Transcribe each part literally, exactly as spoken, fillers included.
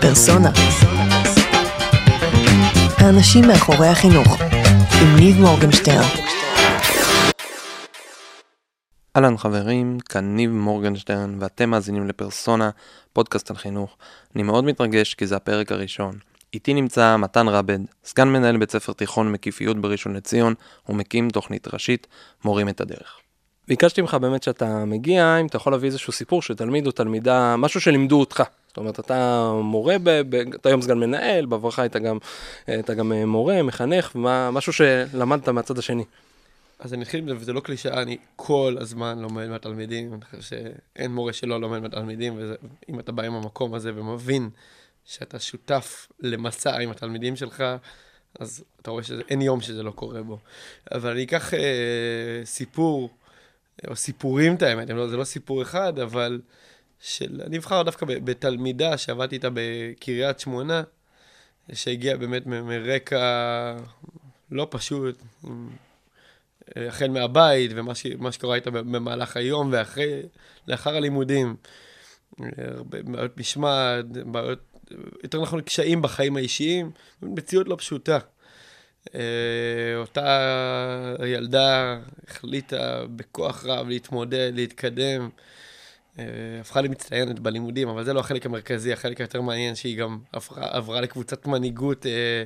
פרסונה. האנשים מאחורי החינוך, עם ניב מורגנשטרן. אהלן חברים, כאן ניב מורגנשטרן, ואתם מאזינים לפרסונה, פודקאסט על חינוך. אני מאוד מתרגש כי זה הפרק הראשון. איתי נמצא מתן רבד, סגן מנהל בית ספר תיכון מקיפיות בראשון לציון, ומקים תוכנית ראשית, מורים את הדרך. ביקשתי ממך באמת שאתה מגיע, אם אתה יכול להביא איזשהו סיפור שתלמיד או תלמידה, משהו שלימדו אותך. זאת אומרת, אתה מורה, ב, ב, אתה היום סגן מנהל, בעברך אתה גם, אתה גם מורה, מחנך, ומה, משהו שלמדת מהצד השני. אז אני אתחיל, וזה לא קלישאה, אני כל הזמן לומד מהתלמידים, אני חושב שאין מורה שלא לומד מהתלמידים, ואם אתה בא עם המקום הזה ומבין שאתה שותף למסע עם התלמידים שלך, אז אתה רואה שאין יום שזה לא קורה בו. אבל אני אקח אה, סיפור, או סיפורים את האמת, זה לא סיפור אחד, אבל של, אני אבחר דווקא בתלמידה שעבדתי איתה בקריית שמונה, שהגיעה באמת מ- מרקע לא פשוט, החל מהבית ומה ש, מה שקורה איתה במהלך היום ואחרי, לאחר הלימודים. הרבה בעיות משמעת, בעיות, יותר נכון קשיים בחיים האישיים, מציאות לא פשוטה. אותה ילדה החליטה בכוח רב להתמודד, להתקדם, הפכה למצטיינת בלימודים, אבל זה לא החלק המרכזי, החלק היותר מעניין שהיא גם עברה, עברה לקבוצת מנהיגות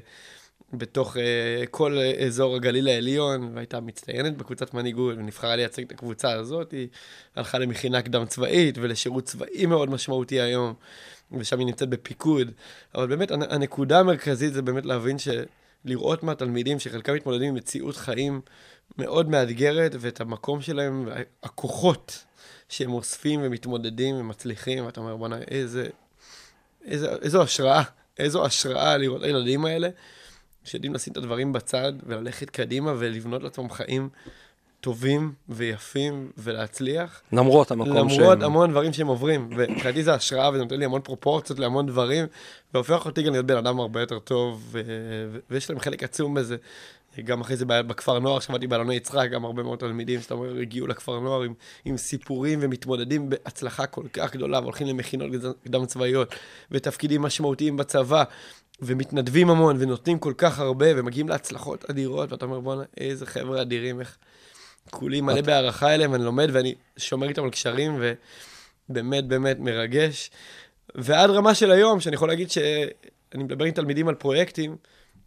בתוך כל אזור הגליל העליון, והייתה מצטיינת בקבוצת מנהיגות, ונבחרה לייצג את הקבוצה הזאת, היא הלכה למכינה קדם צבאית, ולשירות צבאי מאוד משמעותי היום, ושם היא נמצאת בפיקוד. אבל באמת, הנקודה המרכזית זה באמת להבין שלראות מהתלמידים שחלקם מתמודדים עם מציאות חיים מאוד מאתגרת, ואת המקום שלהם, הכוחות שהם אוספים ומתמודדים ומצליחים, ואתה אומר, בוא'נה, איזה, איזה, איזו השראה, איזו השראה לראות הילדים האלה, שיודעים לשים את הדברים בצד וללכת קדימה ולבנות לעצמם חיים טובים ויפים ולהצליח. למרות המקום למרות שהם... למרות המון דברים שהם עוברים, וכלתי זה השראה וזה נותן לי המון פרופורציות להמון דברים, והופך אותי גם להיות בן אדם הרבה יותר טוב, ו... ויש להם חלק עצום בזה. גם אחרי זה בכפר נוער, שמעתי באלוני יצחק, גם הרבה מאוד תלמידים שאתה אומר, הגיעו לכפר נוער עם, עם סיפורים ומתמודדים בהצלחה כל כך גדולה, והולכים למכינות קדם צבאיות, ותפקידים משמעותיים בצבא, ומתנדבים המון, ונותנים כל כך הרבה, ומגיעים להצלחות אדירות, ואתה אומר, בוא'נה, איזה חבר'ה אדירים, איך כולי מלא בהערכה אליהם, ואני לומד, ואני שומר איתם על קשרים, ובאמת, באמת מרגש. ועד רמה של היום, שאני יכול להגיד שאני מדבר עם תלמידים על פרויקטים,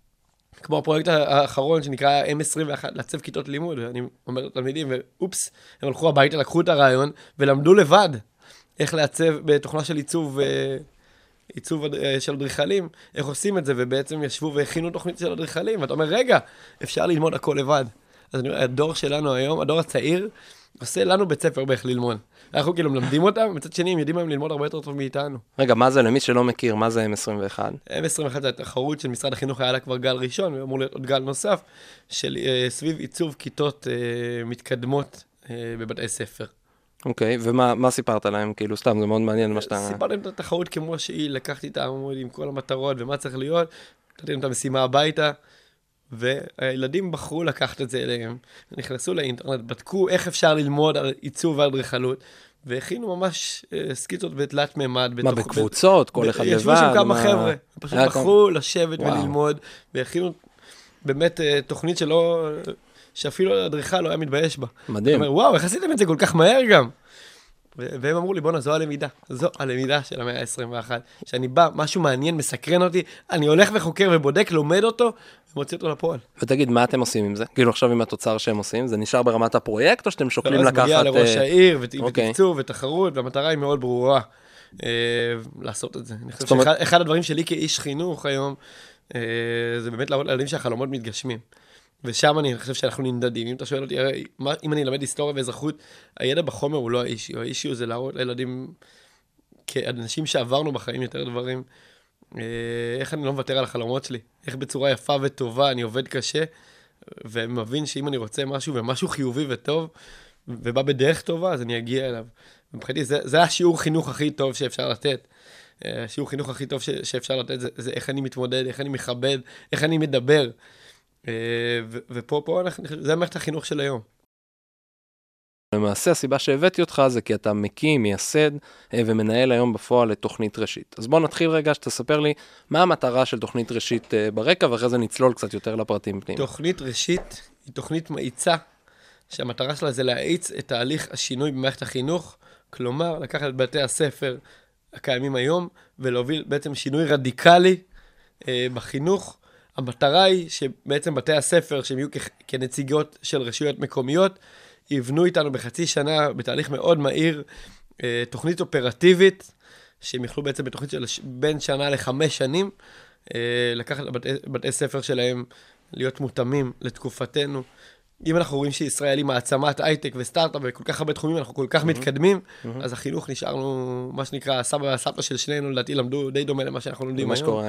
כמו הפרויקט האחרון שנקרא אם עשרים ואחת, לעצב כיתות לימוד, ואני אומר לתלמידים, ואופס, הם הלכו הביתה, לקחו את הרעיון, ולמדו לבד איך לעצב בתוכנה של עיצוב, עיצוב של אדריכלים, איך עושים את זה, ובעצם ישבו והכינו תוכנית של אדריכלים, ואתה אומר, רגע, אפשר ללמוד הכל לבד. אז אני אומר, הדור שלנו היום, הדור הצעיר, עושה לנו בית ספר באיך ללמוד. אנחנו כאילו מלמדים אותם, מצד שני הם יודעים הם ללמוד הרבה יותר טוב מאיתנו. רגע, מה זה, למי שלא מכיר, מה זה אם עשרים ואחת? אם עשרים ואחת זה התחרות של משרד החינוך, היה לה כבר גל ראשון, ואמור להיות עוד גל נוסף, של uh, סביב עיצוב כיתות uh, מתקדמות uh, בבתי ספר. אוקיי, ומה מה סיפרת להם? כאילו, סתם, זה מאוד מעניין מה שאתה... סיפרתי להם את התחרות כמו שהיא, לקחתי את העמוד עם כל המטרות ומה צריך להיות, נתתי להם את המשימה הביתה, והילדים בחרו לקחת את זה אליהם, נכנסו לאינטרנט, בדקו איך אפשר ללמוד על עיצוב ואדריכלות, והכינו ממש סקיצות בתלת ממד. מה, בקבוצות? כל אחד לבד? ישבו שם כמה חבר'ה, פשוט בחרו לשבת וללמוד, והכינו באמת תוכנית שלא, שאפילו אדריכל לא היה מתבייש בה. מדהים. אומר, וואו, איך עשיתם את זה כל כך מהר גם? והם אמרו לי, בוא'נה, זו הלמידה, זו הלמידה של המאה ה-עשרים ואחת, שאני בא, משהו מעניין, מסקרן אותי, אני הולך וחוקר ובודק, לומד אותו, ומוציא אותו לפועל. ותגיד, מה אתם עושים עם זה? כאילו עכשיו עם התוצר שהם עושים, זה נשאר ברמת הפרויקט, או שאתם שוקלים לקחת... זה מגיע לראש העיר, ותקצוב, ותחרות, והמטרה היא מאוד ברורה, לעשות את זה. אני חושב שאחד הדברים שלי כאיש חינוך היום, זה באמת להראות לילדים שהחלומות מתגשמים. ושם אני חושב שאנחנו נמדדים. אם אתה שואל אותי, הרי, מה, אם אני אלמד היסטוריה ואזרחות, הידע בחומר הוא לא האישיו. האישיו זה להראות לילדים, כאנשים שעברנו בחיים יותר דברים, איך אני לא מוותר על החלומות שלי, איך בצורה יפה וטובה אני עובד קשה, ומבין שאם אני רוצה משהו, ומשהו חיובי וטוב, ובא בדרך טובה, אז אני אגיע אליו. ובחינתי, זה, זה השיעור חינוך הכי טוב שאפשר לתת. השיעור חינוך הכי טוב ש, שאפשר לתת, זה, זה איך אני מתמודד, איך אני מכבד, איך אני מדבר. ופה, פה, זה מערכת החינוך של היום. למעשה הסיבה שהבאתי אותך זה כי אתה מקים, מייסד ומנהל היום בפועל לתוכנית ראשית. אז בוא נתחיל רגע שתספר לי מה המטרה של תוכנית ראשית ברקע, ואחרי זה נצלול קצת יותר לפרטים פנימה. תוכנית ראשית היא תוכנית מאיצה, שהמטרה שלה זה להאיץ את תהליך השינוי במערכת החינוך, כלומר לקחת את בתי הספר הקיימים היום ולהוביל בעצם שינוי רדיקלי אה, בחינוך. המטרה היא שבעצם בתי הספר שהם יהיו כ- כנציגות של רשויות מקומיות, יבנו איתנו בחצי שנה בתהליך מאוד מהיר, אה, תוכנית אופרטיבית, שהם יוכלו בעצם בתוכנית של בין שנה לחמש שנים, אה, לקחת בתי, בתי ספר שלהם להיות מותאמים לתקופתנו. אם אנחנו רואים שישראל היא מעצמת הייטק וסטארט-אפ וכל כך הרבה תחומים, אנחנו כל כך מתקדמים, אז החינוך נשארנו, מה שנקרא, הסבא והסבתא של שנינו, לדעתי למדו די דומה למה שאנחנו לומדים היום.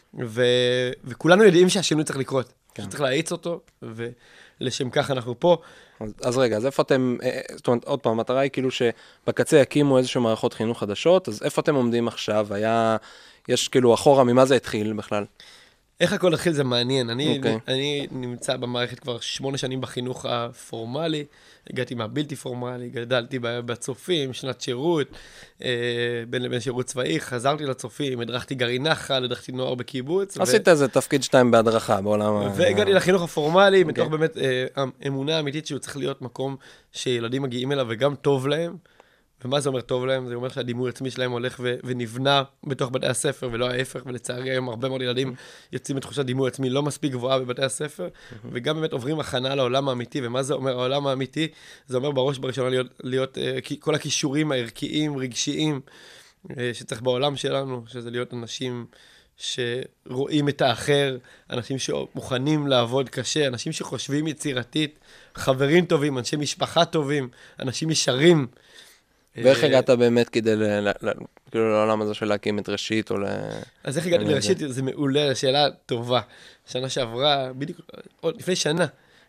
וכולנו יודעים שהשינוי צריך לקרות, שצריך להאיץ אותו, ולשם כך אנחנו פה. אז רגע, אז איפה אתם, זאת אומרת, עוד פעם, המטרה היא כאילו שבקצה יקימו איזשהו מערכות חינוך חדשות, אז איפה אתם עומדים עכשיו? היה, יש כאילו אחורה, ממה זה התחיל בכלל? איך הכל התחיל זה מעניין. אני, okay. אני נמצא במערכת כבר שמונה שנים בחינוך הפורמלי, הגעתי מהבלתי פורמלי, גדלתי בצופים, שנת שירות, אה, בין לבין שירות צבאי, חזרתי לצופים, הדרכתי גרעין נחל, הדרכתי נוער בקיבוץ. עשית ו... איזה תפקיד שתיים בהדרכה בעולם. והגעתי לחינוך הפורמלי, okay. מתוך באמת אה, אמונה אמיתית שהוא צריך להיות מקום שילדים מגיעים אליו וגם טוב להם. ומה זה אומר טוב להם? זה אומר שהדימוי עצמי שלהם הולך ו- ונבנה בתוך בתי הספר, ולא ההפך, ולצערי היום הרבה מאוד ילדים יוצאים בתחושת דימוי עצמי לא מספיק גבוהה בבתי הספר, וגם באמת עוברים הכנה לעולם האמיתי, ומה זה אומר העולם האמיתי? זה אומר בראש בראשונה להיות, להיות uh, כל הכישורים הערכיים, רגשיים, uh, שצריך בעולם שלנו, שזה להיות אנשים שרואים את האחר, אנשים שמוכנים לעבוד קשה, אנשים שחושבים יצירתית, חברים טובים, אנשי משפחה טובים, אנשים ישרים, ואיך הגעת באמת כדי כאילו לעולם הזה של להקים את ראשית או ל... אז איך הגעתי לראשית? זה מעולה, שאלה טובה. שנה שעברה, בדיוק, עוד לפני שנה,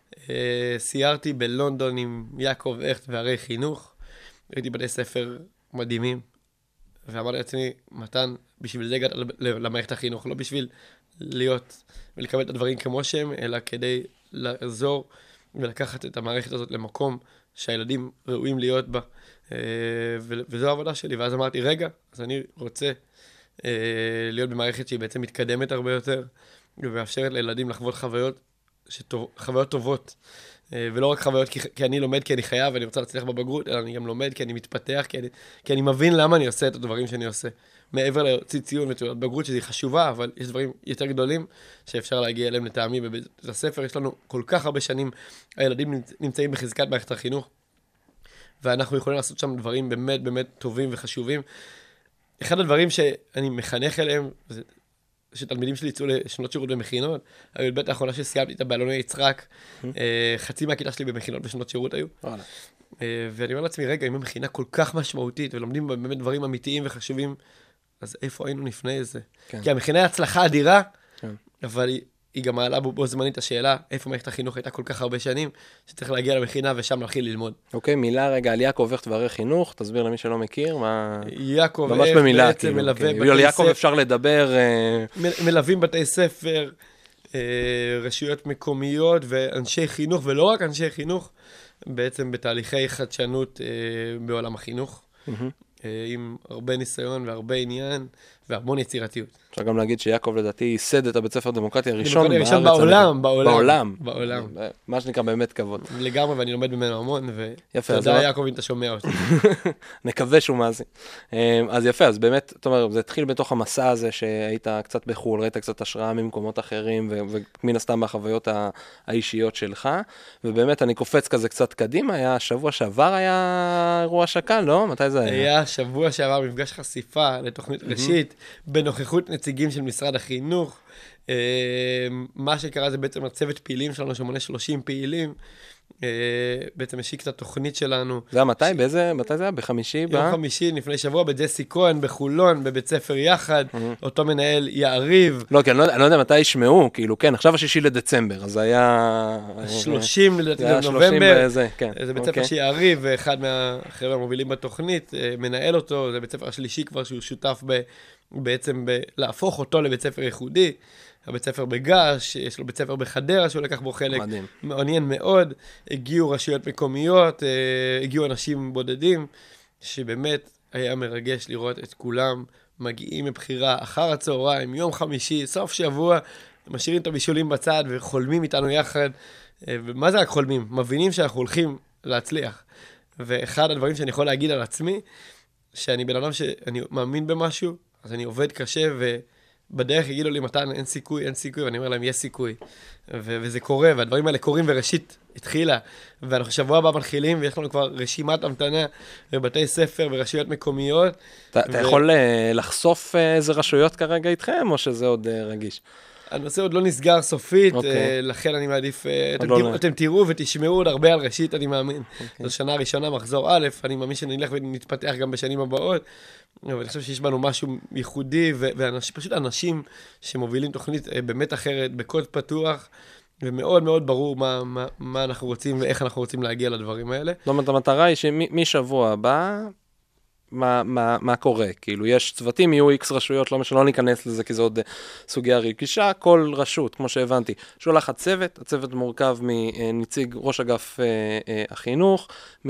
סיירתי בלונדון עם יעקב הכט והרי חינוך, ראיתי בתי ספר מדהימים, ואמרתי לעצמי, מתן, בשביל זה הגעת למערכת החינוך, לא בשביל להיות ולקבל את הדברים כמו שהם, אלא כדי לעזור ולקחת את המערכת הזאת למקום שהילדים ראויים להיות בה. וזו העבודה שלי, ואז אמרתי, רגע, אז אני רוצה להיות במערכת שהיא בעצם מתקדמת הרבה יותר, ומאפשרת לילדים לחוות חוויות, חוויות טובות, ולא רק חוויות כי אני לומד כי אני חייב, ואני רוצה להצליח בבגרות, אלא אני גם לומד כי אני מתפתח, כי אני, כי אני מבין למה אני עושה את הדברים שאני עושה. מעבר להוציא ציון ותעודת בגרות, שהיא חשובה, אבל יש דברים יותר גדולים שאפשר להגיע אליהם לטעמי בבית הספר. יש לנו כל כך הרבה שנים, הילדים נמצאים בחזקת מערכת החינוך, ואנחנו יכולים לעשות שם דברים באמת באמת טובים וחשובים. אחד הדברים שאני מחנך אליהם, זה שתלמידים שלי יצאו לשנות שירות במכינות, היו בית האחרונה שסיימתי איתה באלוני יצחק, חצי מהכיתה שלי במכינות בשנות שירות היו. ואני אומר לעצמי, רגע, אם המכינה כל כך משמעותית, ולומדים באמת דברים אמיתיים וחשובים, אז איפה היינו לפני זה? כי המכינה היא הצלחה אדירה, אבל היא... היא גם מעלה בו זמנית השאלה, איפה מערכת החינוך הייתה כל כך הרבה שנים, שצריך להגיע למכינה ושם להתחיל ללמוד. אוקיי, מילה רגע על יעקב הכט והרי חינוך, תסביר למי שלא מכיר, מה... יעקב הכט בעצם מלווה בתי ספר. יעקב אפשר לדבר... מלווים בתי ספר, רשויות מקומיות ואנשי חינוך, ולא רק אנשי חינוך, בעצם בתהליכי חדשנות בעולם החינוך. עם הרבה ניסיון והרבה עניין והמון יצירתיות. אפשר גם להגיד שיעקב לדעתי ייסד את הבית ספר הדמוקרטי הראשון בארץ. בעולם, בעולם. בעולם. מה שנקרא באמת כבוד. לגמרי, ואני לומד ממנו המון, ותודה יעקב אם אתה שומע אותי. נקווה שהוא מאזין. אז יפה, אז באמת, זאת אומרת, זה התחיל בתוך המסע הזה שהיית קצת בחול, ראית קצת השראה ממקומות אחרים, ומן הסתם מהחוויות האישיות שלך, ובאמת אני קופץ כזה קצת קדימה, היה שבוע שעבר היה אירוע שקל, לא? מתי זה היה? היה שבוע שעבר מפגש חשיפה לתוכנית ראשית, בנוכחות נציגים של משרד החינוך. מה שקרה זה בעצם הצוות פעילים שלנו, שמונה שלושים פעילים, בעצם השיק את התוכנית שלנו. זה היה מתי? באיזה, מתי זה היה? בחמישי? יום חמישי, לפני שבוע, בג'סי כהן, בחולון, בבית ספר יחד, אותו מנהל יעריב. לא, כי אני לא יודע מתי ישמעו, כאילו, כן, עכשיו השישי לדצמבר, אז היה... שלושים לנובמבר, זה בית ספר שיעריב, ואחד מהחבר'ה המובילים בתוכנית, מנהל אותו, זה בית ספר השלישי כבר שהוא שותף בעצם להפוך אותו לבית ספר ייחודי, הבית ספר בגש, יש לו בית ספר בחדרה שהוא לקח בו חלק. מדהים. מעניין מאוד, הגיעו רשויות מקומיות, הגיעו אנשים בודדים, שבאמת היה מרגש לראות את כולם מגיעים מבחירה אחר הצהריים, יום חמישי, סוף שבוע, משאירים את הבישולים בצד וחולמים איתנו יחד. ומה זה רק חולמים? מבינים שאנחנו הולכים להצליח. ואחד הדברים שאני יכול להגיד על עצמי, שאני בן אדם שאני מאמין במשהו, אז אני עובד קשה, ובדרך יגידו לי, מתן, אין סיכוי, אין סיכוי, ואני אומר להם, יש סיכוי. ו- וזה קורה, והדברים האלה קורים, וראשית התחילה. ואנחנו שבוע הבא מתחילים, ויש לנו כבר רשימת המתנה בבתי ספר ורשויות מקומיות. אתה, ו- אתה יכול לחשוף איזה רשויות כרגע איתכם, או שזה עוד רגיש? הנושא עוד לא נסגר סופית, okay. לכן אני מעדיף, אתם, לא תראו, אתם תראו ותשמעו עוד הרבה על ראשית, אני מאמין. Okay. זו שנה הראשונה, מחזור א', אני מאמין שנלך ונתפתח גם בשנים הבאות, אבל אני חושב שיש בנו משהו ייחודי, ואנשים, פשוט אנשים שמובילים תוכנית באמת אחרת, בקוד פתוח, ומאוד מאוד ברור מה, מה, מה אנחנו רוצים ואיך אנחנו רוצים להגיע לדברים האלה. זאת אומרת, המטרה היא שמשבוע הבא, מה, מה, מה קורה? כאילו, יש צוותים, יהיו איקס רשויות, לא משנה, לא ניכנס לזה, כי זו עוד סוגיה רגישה. כל רשות, כמו שהבנתי, שולחת צוות, הצוות מורכב מנציג ראש אגף החינוך,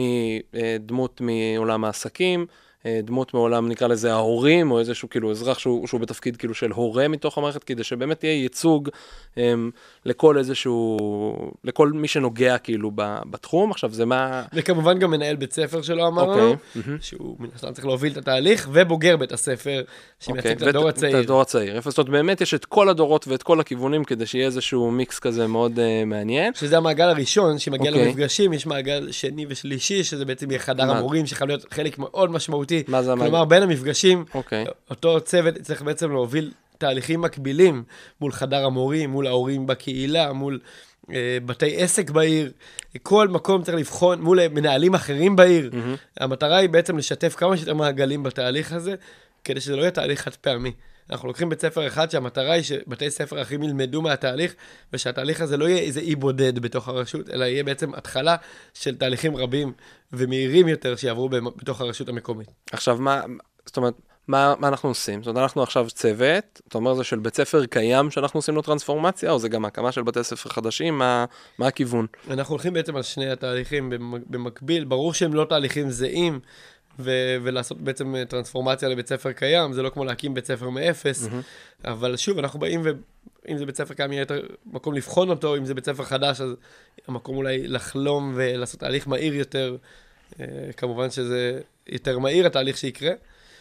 מדמות מעולם העסקים, דמות מעולם, נקרא לזה, ההורים, או איזשהו כאילו אזרח שהוא, שהוא בתפקיד כאילו של הורה מתוך המערכת, כדי שבאמת יהיה ייצוג הם, לכל איזשהו, לכל מי שנוגע כאילו בתחום. עכשיו זה מה... וכמובן גם מנהל בית ספר שלו אמרנו, okay. שהוא מן הסתם צריך להוביל את התהליך, ובוגר בית הספר, שמייצג okay. את הדור הצעיר. את הדור הצעיר. זאת אומרת, באמת יש את כל הדורות ואת כל הכיוונים, כדי שיהיה איזשהו מיקס כזה מאוד uh, מעניין. שזה המעגל הראשון, שמגיע okay. למפגשים, יש מעגל שני ושלישי, שזה בעצם יהיה חדר המורים, שחייב להיות חלק מאוד משמעותי. כלומר, בין המפגשים, okay. אותו צוות צריך בעצם להוביל תהליכים מקבילים מול חדר המורים, מול ההורים בקהילה, מול אה, בתי עסק בעיר. כל מקום צריך לבחון מול מנהלים אחרים בעיר. Mm-hmm. המטרה היא בעצם לשתף כמה שיותר מעגלים בתהליך הזה, כדי שזה לא יהיה תהליך חד פעמי. אנחנו לוקחים בית ספר אחד שהמטרה היא שבתי ספר אחרים ילמדו מהתהליך, ושהתהליך הזה לא יהיה איזה אי בודד בתוך הרשות, אלא יהיה בעצם התחלה של תהליכים רבים ומהירים יותר שיעברו בתוך הרשות המקומית. עכשיו, מה, זאת אומרת, מה, מה אנחנו עושים? זאת אומרת, אנחנו עכשיו צוות, זאת אומרת, זה של בית ספר קיים שאנחנו עושים לו טרנספורמציה, או זה גם הקמה של בתי ספר חדשים? מה, מה הכיוון? אנחנו הולכים בעצם על שני התהליכים במקביל, ברור שהם לא תהליכים זהים, ו- ולעשות בעצם טרנספורמציה לבית ספר קיים, זה לא כמו להקים בית ספר מאפס, mm-hmm. אבל שוב, אנחנו באים, ואם זה בית ספר קיים, יהיה יותר מקום לבחון אותו, אם זה בית ספר חדש, אז המקום אולי לחלום ולעשות תהליך מהיר יותר, כמובן שזה יותר מהיר התהליך שיקרה,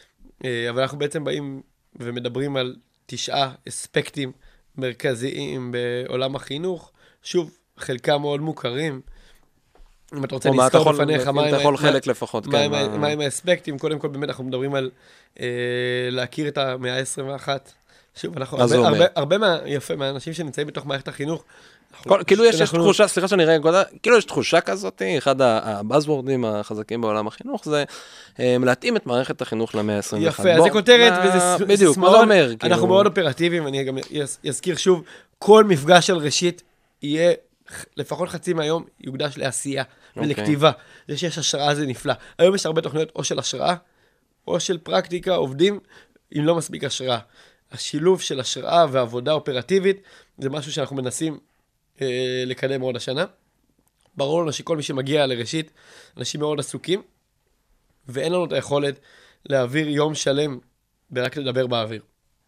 אבל אנחנו בעצם באים ומדברים על תשעה אספקטים מרכזיים בעולם החינוך, שוב, חלקם מאוד מוכרים, אם אתה רוצה לזכור בפניך, מה אתה יכול חלק לפחות, מה עם האספקטים, קודם כל באמת אנחנו מדברים על להכיר את המאה ה-עשרים ואחת, שוב, אנחנו הרבה יפה מהאנשים שנמצאים בתוך מערכת החינוך, כאילו יש תחושה, סליחה שאני רגע, כאילו יש תחושה כזאת, אחד הבאזוורדים החזקים בעולם החינוך, זה להתאים את מערכת החינוך למאה ה-עשרים ואחת. יפה, אז זה כותרת, בדיוק, מה זה אומר? אנחנו מאוד אופרטיביים, אני גם אזכיר שוב, כל מפגש של ראשית יהיה לפחות חצי מהיום יוקדש לעשייה ולכתיבה. זה שיש השראה זה נפלא. היום יש הרבה תוכניות או של השראה, או של פרקטיקה, עובדים, אם לא מספיק השראה. השילוב של השראה ועבודה אופרטיבית, זה משהו שאנחנו מנסים אה, לקדם עוד השנה. ברור לנו שכל מי שמגיע לראשית, אנשים מאוד עסוקים, ואין לנו את היכולת להעביר יום שלם ברק לדבר באוויר.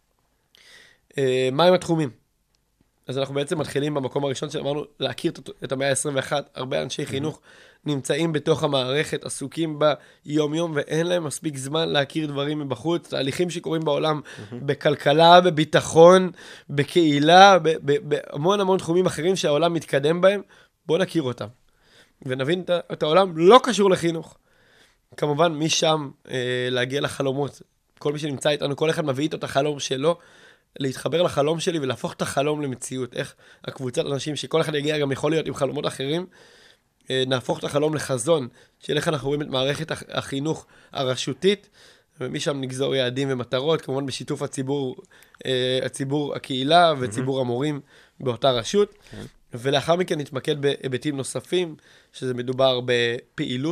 אה, מה עם התחומים? אז אנחנו בעצם מתחילים במקום הראשון שאמרנו להכיר את המאה ה-עשרים ואחת, הרבה אנשי חינוך נמצאים בתוך המערכת, עסוקים ביום יום, ואין להם מספיק זמן להכיר דברים מבחוץ, תהליכים שקורים בעולם, בכלכלה, בביטחון, בקהילה, בהמון המון תחומים אחרים שהעולם מתקדם בהם, בואו נכיר אותם. ונבין את העולם לא קשור לחינוך. כמובן, משם להגיע לחלומות, כל מי שנמצא איתנו, כל אחד מביא איתו את החלום שלו, להתחבר לחלום שלי ולהפוך את החלום למציאות. איך הקבוצת אנשים שכל אחד יגיע גם יכול להיות עם חלומות אחרים, נהפוך את החלום לחזון, של איך אנחנו רואים את מערכת החינוך הרשותית, ומשם נגזור יעדים ומטרות, כמובן בשיתוף הציבור, הציבור הקהילה וציבור המורים באותה רשות. ולאחר מכן נתמקד בהיבטים נוספים, שזה מדובר בפעילות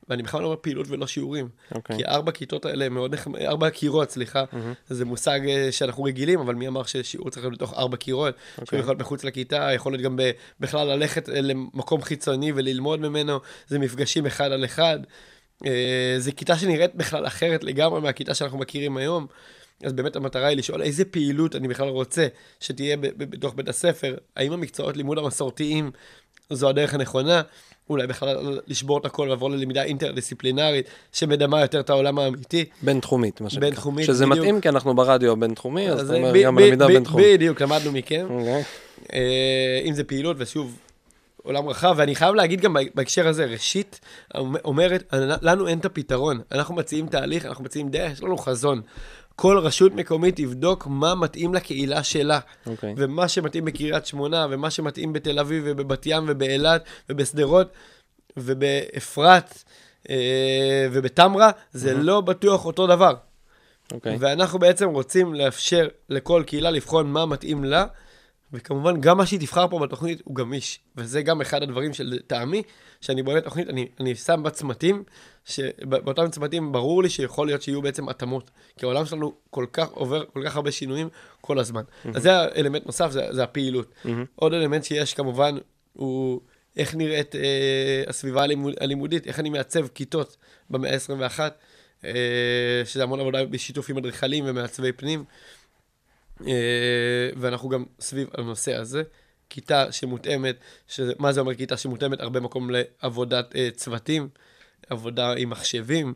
ואני בכלל לא אומר פעילות ולא שיעורים. אוקיי. כי ארבע כיתות האלה מאוד נחמד, ארבע קירות, סליחה, זה מושג שאנחנו רגילים, אבל מי אמר ששיעור צריך להיות בתוך ארבע קירות? שיעור יכול להיות מחוץ לכיתה, יכול להיות גם בכלל ללכת למקום חיצוני וללמוד ממנו, זה מפגשים אחד על אחד. זה כיתה שנראית בכלל אחרת לגמרי מהכיתה שאנחנו מכירים היום. אז באמת המטרה היא לשאול איזה פעילות אני בכלל רוצה שתהיה בתוך בית הספר, האם המקצועות לימוד המסורתיים זו הדרך הנכונה, אולי בכלל לשבור את הכל ועבור ללמידה אינטרדיסציפלינרית שמדמה יותר את העולם האמיתי. בין תחומית, מה שנקרא. בין תחומית, שזה בדיוק. מתאים כי אנחנו ברדיו בין תחומי, אז אז זאת אומרת ב- גם ב- למידה ב- בין תחומית. בדיוק, למדנו מכם. אוקיי. אה, אם זה פעילות, ושוב, עולם רחב, ואני חייב להגיד גם בהקשר הזה, ראשית, אומרת, לנו אין את הפתרון, אנחנו מציעים תהליך, אנחנו מציעים דרך, יש לנו חזון. כל רשות מקומית תבדוק מה מתאים לקהילה שלה, Okay. ומה שמתאים בקריית שמונה, ומה שמתאים בתל אביב, ובבת ים, ובאילת, ובשדרות, ובאפרת, ובתמרה, זה mm-hmm. לא בטוח אותו דבר. Okay. ואנחנו בעצם רוצים לאפשר לכל קהילה לבחון מה מתאים לה, וכמובן גם מה שהיא תבחר פה בתוכנית הוא גמיש, וזה גם אחד הדברים של טעמי, שאני בונה תוכנית, אני, אני שם בצמתים, שבאותם צמתים ברור לי שיכול להיות שיהיו בעצם התאמות, כי העולם שלנו כל כך עובר, כל כך הרבה שינויים כל הזמן. Mm-hmm. אז זה האלמנט נוסף, זה, זה הפעילות. Mm-hmm. עוד אלמנט שיש כמובן, הוא איך נראית אה, הסביבה הלימוד, הלימודית, איך אני מעצב כיתות במאה ה-עשרים ואחת, אה, שזה המון עבודה בשיתוף עם אדריכלים ומעצבי פנים, ואנחנו גם סביב הנושא הזה, כיתה שמותאמת, מה זה אומר כיתה שמותאמת? הרבה מקום לעבודת צוותים, עבודה עם מחשבים,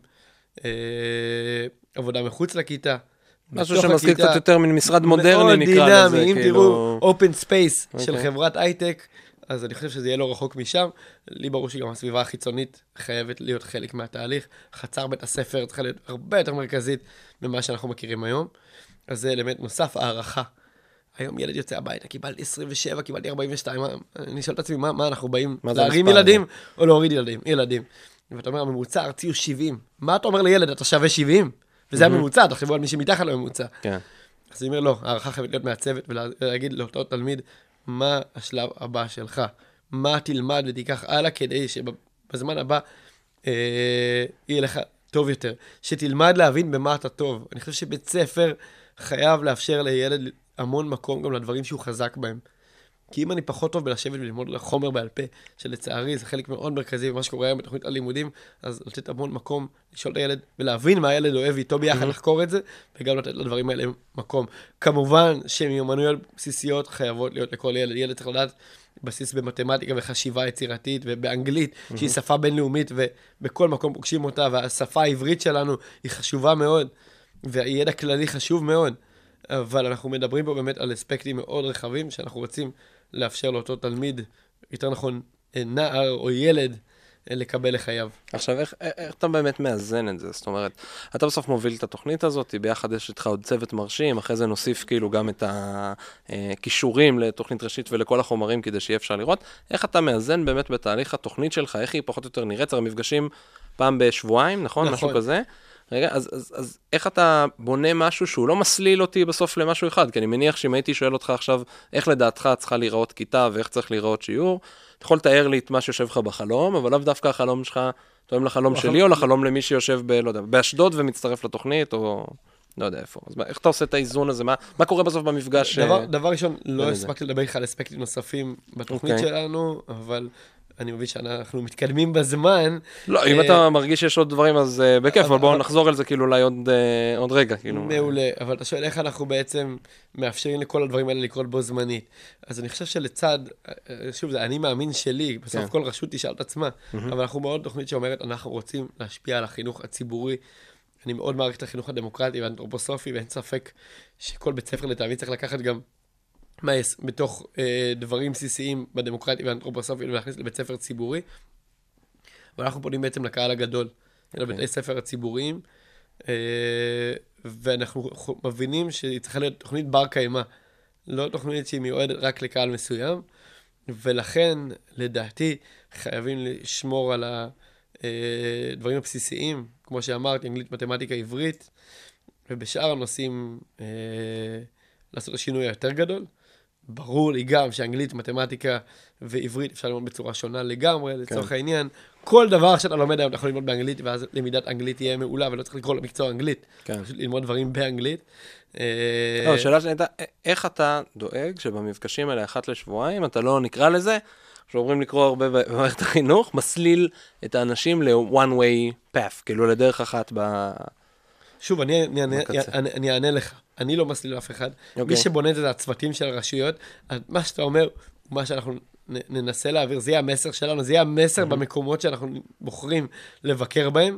עבודה מחוץ לכיתה. משהו שמזכיר קצת יותר ממשרד מודרני נקרא לזה. מאוד דינמי, אם תראו אופן ספייס של חברת הייטק, אז אני חושב שזה יהיה לא רחוק משם. לי ברור שגם הסביבה החיצונית חייבת להיות חלק מהתהליך. חצר בית הספר צריכה להיות הרבה יותר מרכזית ממה שאנחנו מכירים היום. אז זה אלמנט נוסף, הערכה. היום ילד יוצא הביתה, קיבלתי עשרים ושבע, קיבלתי ארבעים ושתיים, אני שואל את עצמי, מה, מה אנחנו באים? להרים ילדים או להוריד ילדים? ילדים. ואתה אומר, הממוצע הארצי הוא שבעים. מה אתה אומר לילד? אתה שווה שבעים? וזה הממוצע, תחשבו על מי שמתחת לממוצע. כן. אז אני אומר, לא, הערכה חייבת להיות מעצבת, ולהגיד לאותו תלמיד, מה השלב הבא שלך? מה תלמד ותיקח הלאה, כדי שבזמן הבא יהיה לך טוב יותר. שתלמד להבין במה אתה טוב. אני חושב שבית ספר חייב לאפשר לילד המון מקום גם לדברים שהוא חזק בהם. כי אם אני פחות טוב בלשבת וללמוד לחומר בעל פה, שלצערי זה חלק מאוד מרכזי במה שקורה היום בתוכנית הלימודים, אז לתת המון מקום לשאול את הילד ולהבין מה הילד אוהב איתו ביחד, לחקור את זה, וגם לתת לדברים האלה מקום. כמובן שמיומנויות בסיסיות חייבות להיות לכל ילד. ילד צריך לדעת בסיס במתמטיקה וחשיבה יצירתית ובאנגלית, שהיא שפה בינלאומית ובכל מקום פוגשים אותה, והשפה העברית שלנו היא חשובה מאוד, והידע כללי חשוב מאוד. אבל אנחנו מדברים פה באמת על אספקטים מאוד רחבים, שאנחנו רוצים לאפשר לאותו תלמיד, יותר נכון, נער או ילד, לקבל לחייו. עכשיו, איך, איך אתה באמת מאזן את זה? זאת אומרת, אתה בסוף מוביל את התוכנית הזאת, ביחד יש איתך עוד צוות מרשים, אחרי זה נוסיף כאילו גם את הכישורים לתוכנית ראשית ולכל החומרים כדי שיהיה אפשר לראות. איך אתה מאזן באמת בתהליך התוכנית שלך? איך היא פחות או יותר נראית? הרי מפגשים פעם בשבועיים, נכון? נכון. משהו כזה? רגע, אז, אז, אז איך אתה בונה משהו שהוא לא מסליל אותי בסוף למשהו אחד? כי אני מניח שאם הייתי שואל אותך עכשיו, איך לדעתך צריכה להיראות כיתה ואיך צריך להיראות שיעור, אתה יכול לתאר לי את מה שיושב לך בחלום, אבל לאו דווקא החלום שלך תואם לחלום שלי, או לחלום למי שיושב ב, לא יודע, באשדוד ומצטרף לתוכנית, או לא יודע איפה. אז איך אתה עושה את האיזון הזה? מה, מה קורה בסוף במפגש? דבר, דבר ראשון, לא הספקתי לדבר איתך על אספקטים נוספים בתוכנית שלנו, אבל אני מבין שאנחנו מתקדמים בזמן. לא, אם אתה מרגיש שיש עוד דברים, אז בכיף, אבל בואו נחזור על זה כאילו אולי עוד רגע. מעולה, אבל אתה שואל איך אנחנו בעצם מאפשרים לכל הדברים האלה לקרות בו זמנית. אז אני חושב שלצד, שוב, זה אני מאמין שלי, בסוף כל רשות תשאל את עצמה, אבל אנחנו מאוד תוכנית שאומרת, אנחנו רוצים להשפיע על החינוך הציבורי. אני מאוד מעריך את החינוך הדמוקרטי והאנתרופוסופי, ואין ספק שכל בית ספר לטעמי צריך לקחת גם בתוך אה, דברים בסיסיים בדמוקרטיה והאנתרופוסופיה ולהכניס לבית ספר ציבורי. ואנחנו פונים בעצם לקהל הגדול, okay. לבתי ספר הציבוריים, אה, ואנחנו מבינים שהיא צריכה להיות תוכנית בר קיימה, לא תוכנית שהיא מיועדת רק לקהל מסוים, ולכן לדעתי חייבים לשמור על הדברים הבסיסיים, כמו שאמרתי, אנגלית, מתמטיקה, עברית, ובשאר הנושאים אה, לעשות השינוי היותר גדול. ברור לי גם שאנגלית, מתמטיקה ועברית אפשר ללמוד בצורה שונה לגמרי, לצורך העניין. כל דבר שאתה לומד היום, אתה יכול ללמוד באנגלית, ואז למידת אנגלית תהיה מעולה, ולא צריך לקרוא למקצוע אנגלית. כן. פשוט ללמוד דברים באנגלית. לא, השאלה שלי הייתה, איך אתה דואג שבמפגשים האלה אחת לשבועיים, אתה לא נקרא לזה, שעוברים לקרוא הרבה במערכת החינוך, מסליל את האנשים ל-one way path, כאילו לדרך אחת ב... שוב, אני, אני, אני, אני, אני אענה לך. אני לא מסליל אף אחד. Okay. מי שבונה את זה, הצוותים של הרשויות, מה שאתה אומר, מה שאנחנו ננסה להעביר, זה יהיה המסר שלנו, זה יהיה המסר mm-hmm. במקומות שאנחנו בוחרים לבקר בהם.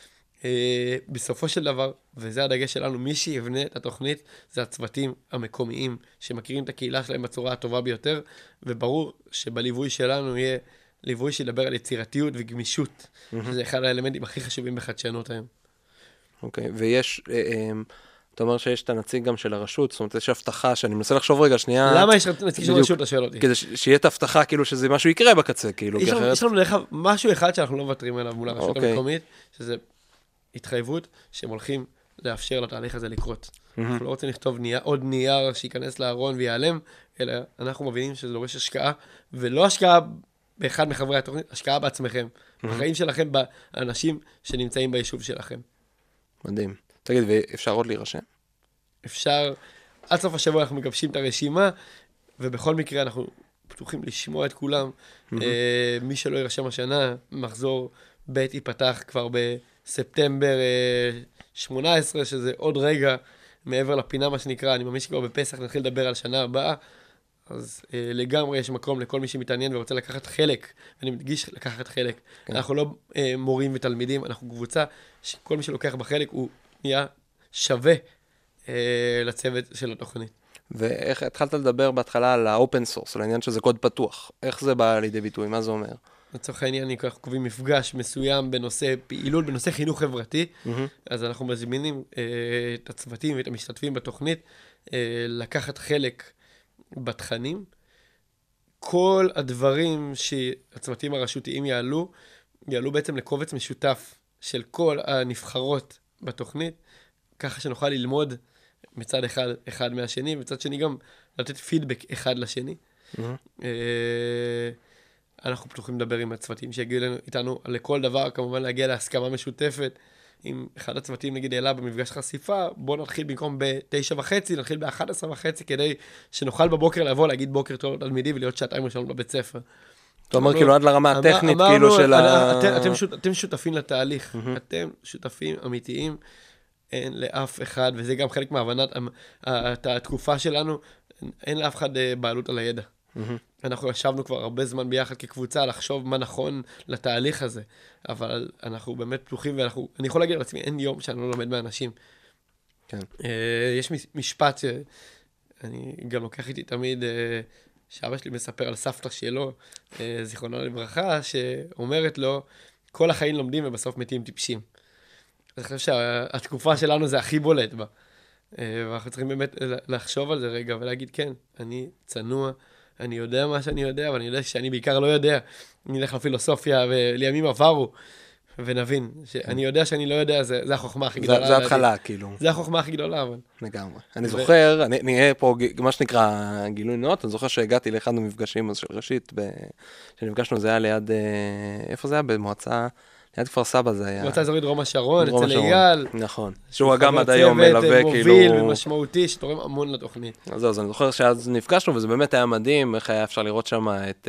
אה, בסופו של דבר, וזה הדגש שלנו, מי שיבנה את התוכנית, זה הצוותים המקומיים, שמכירים את הקהילה שלהם בצורה הטובה ביותר, וברור שבליווי שלנו יהיה ליווי שידבר על יצירתיות וגמישות, mm-hmm. שזה אחד האלמנטים הכי חשובים בחדשנות היום. אוקיי, ויש, אתה אומר שיש את הנציג גם של הרשות, זאת אומרת, יש הבטחה, שאני מנסה לחשוב רגע, שנייה... למה יש נציג של הרשות, אתה שואל אותי? כדי שיהיה את ההבטחה, כאילו שזה משהו יקרה בקצה, כאילו, יש לנו, יש לנו לך משהו אחד שאנחנו לא מוותרים עליו מול הרשות המקומית, שזה התחייבות שהם הולכים לאפשר לתהליך הזה לקרות. אנחנו לא רוצים לכתוב עוד נייר שייכנס לארון ויעלם, אלא אנחנו מבינים שזה דורש השקעה, ולא השקעה באחד מחברי התוכנית, השקעה בעצמכם, בחיים שלכם, באנשים שנמצאים ביישוב שלכם. מדהים. תגיד, ואפשר עוד להירשם? אפשר, עד סוף השבוע אנחנו מגבשים את הרשימה, ובכל מקרה אנחנו פתוחים לשמוע את כולם. Mm-hmm. אה, מי שלא יירשם השנה, מחזור ב' ייפתח כבר בספטמבר אה, שמונה עשרה, שזה עוד רגע מעבר לפינה מה שנקרא, אני מאמין שכבר בפסח נתחיל לדבר על שנה הבאה, אז אה, לגמרי יש מקום לכל מי שמתעניין ורוצה לקחת חלק, ואני מדגיש לקחת חלק. כן. אנחנו לא אה, מורים ותלמידים, אנחנו קבוצה שכל מי שלוקח בחלק הוא נהיה שווה אה, לצוות של התוכנית. ואיך התחלת לדבר בהתחלה על ה-open source, על העניין שזה קוד פתוח. איך זה בא לידי ביטוי? מה זה אומר? לצורך העניין, אנחנו קובעים מפגש מסוים בנושא פעילות, בנושא חינוך חברתי, mm-hmm. אז אנחנו מזמינים אה, את הצוותים ואת המשתתפים בתוכנית אה, לקחת חלק בתכנים. כל הדברים שהצוותים הרשותיים יעלו, יעלו בעצם לקובץ משותף של כל הנבחרות בתוכנית, ככה שנוכל ללמוד מצד אחד, אחד מהשני, מצד שני גם לתת פידבק אחד לשני. Mm-hmm. אנחנו פתוחים לדבר עם הצוותים שיגיעו איתנו לכל דבר, כמובן להגיע להסכמה משותפת. אם אחד הצוותים נגיד העלה במפגש חשיפה, בוא נתחיל במקום בתשע וחצי, נתחיל באחת עשרה וחצי, כדי שנוכל בבוקר לבוא, להגיד בוקר טוב לתלמידי ולהיות שעתיים ראשונות בבית ספר. אתה אומר כאילו עד לרמה הטכנית, כאילו של ה... אתם שותפים לתהליך, אתם שותפים אמיתיים, אין לאף אחד, וזה גם חלק מהבנת התקופה שלנו, אין לאף אחד בעלות על הידע. אנחנו ישבנו כבר הרבה זמן ביחד כקבוצה לחשוב מה נכון לתהליך הזה, אבל אנחנו באמת פתוחים, ואני יכול להגיד לעצמי, אין יום שאני לא לומד מאנשים. כן. יש משפט שאני גם לוקח איתי תמיד, שאבא שלי מספר על סבתא שלו, זיכרונה לברכה, שאומרת לו, כל החיים לומדים ובסוף מתים טיפשים. אני חושב שהתקופה שלנו זה הכי בולט בה. ואנחנו צריכים באמת לחשוב על זה רגע ולהגיד, כן, אני צנוע, אני יודע מה שאני יודע, אבל אני יודע שאני בעיקר לא יודע. אני אלך לפילוסופיה ולימים עברו, ונבין שאני יודע שאני לא יודע, זה, זה החוכמה הכי גדולה. זה התחלה, כאילו. זה החוכמה הכי גדולה, אבל. לגמרי. אני זוכר, אני נהיה פה, מה שנקרא גילוי נאות, אני זוכר שהגעתי לאחד המפגשים של ראשית, שנפגשנו, זה היה ליד, איפה זה היה? במועצה... ליד כפר סבא זה היה... מועצה אזורית דרום השרון, אצל אייל. נכון. שהוא גם עד היום מלווה, כאילו... מוביל ומשמעותי, שתורם המון לתוכנית. אז זהו, אז אני זוכר שאז נפגשנו, וזה באמת היה מדהים, איך היה אפשר לראות שם את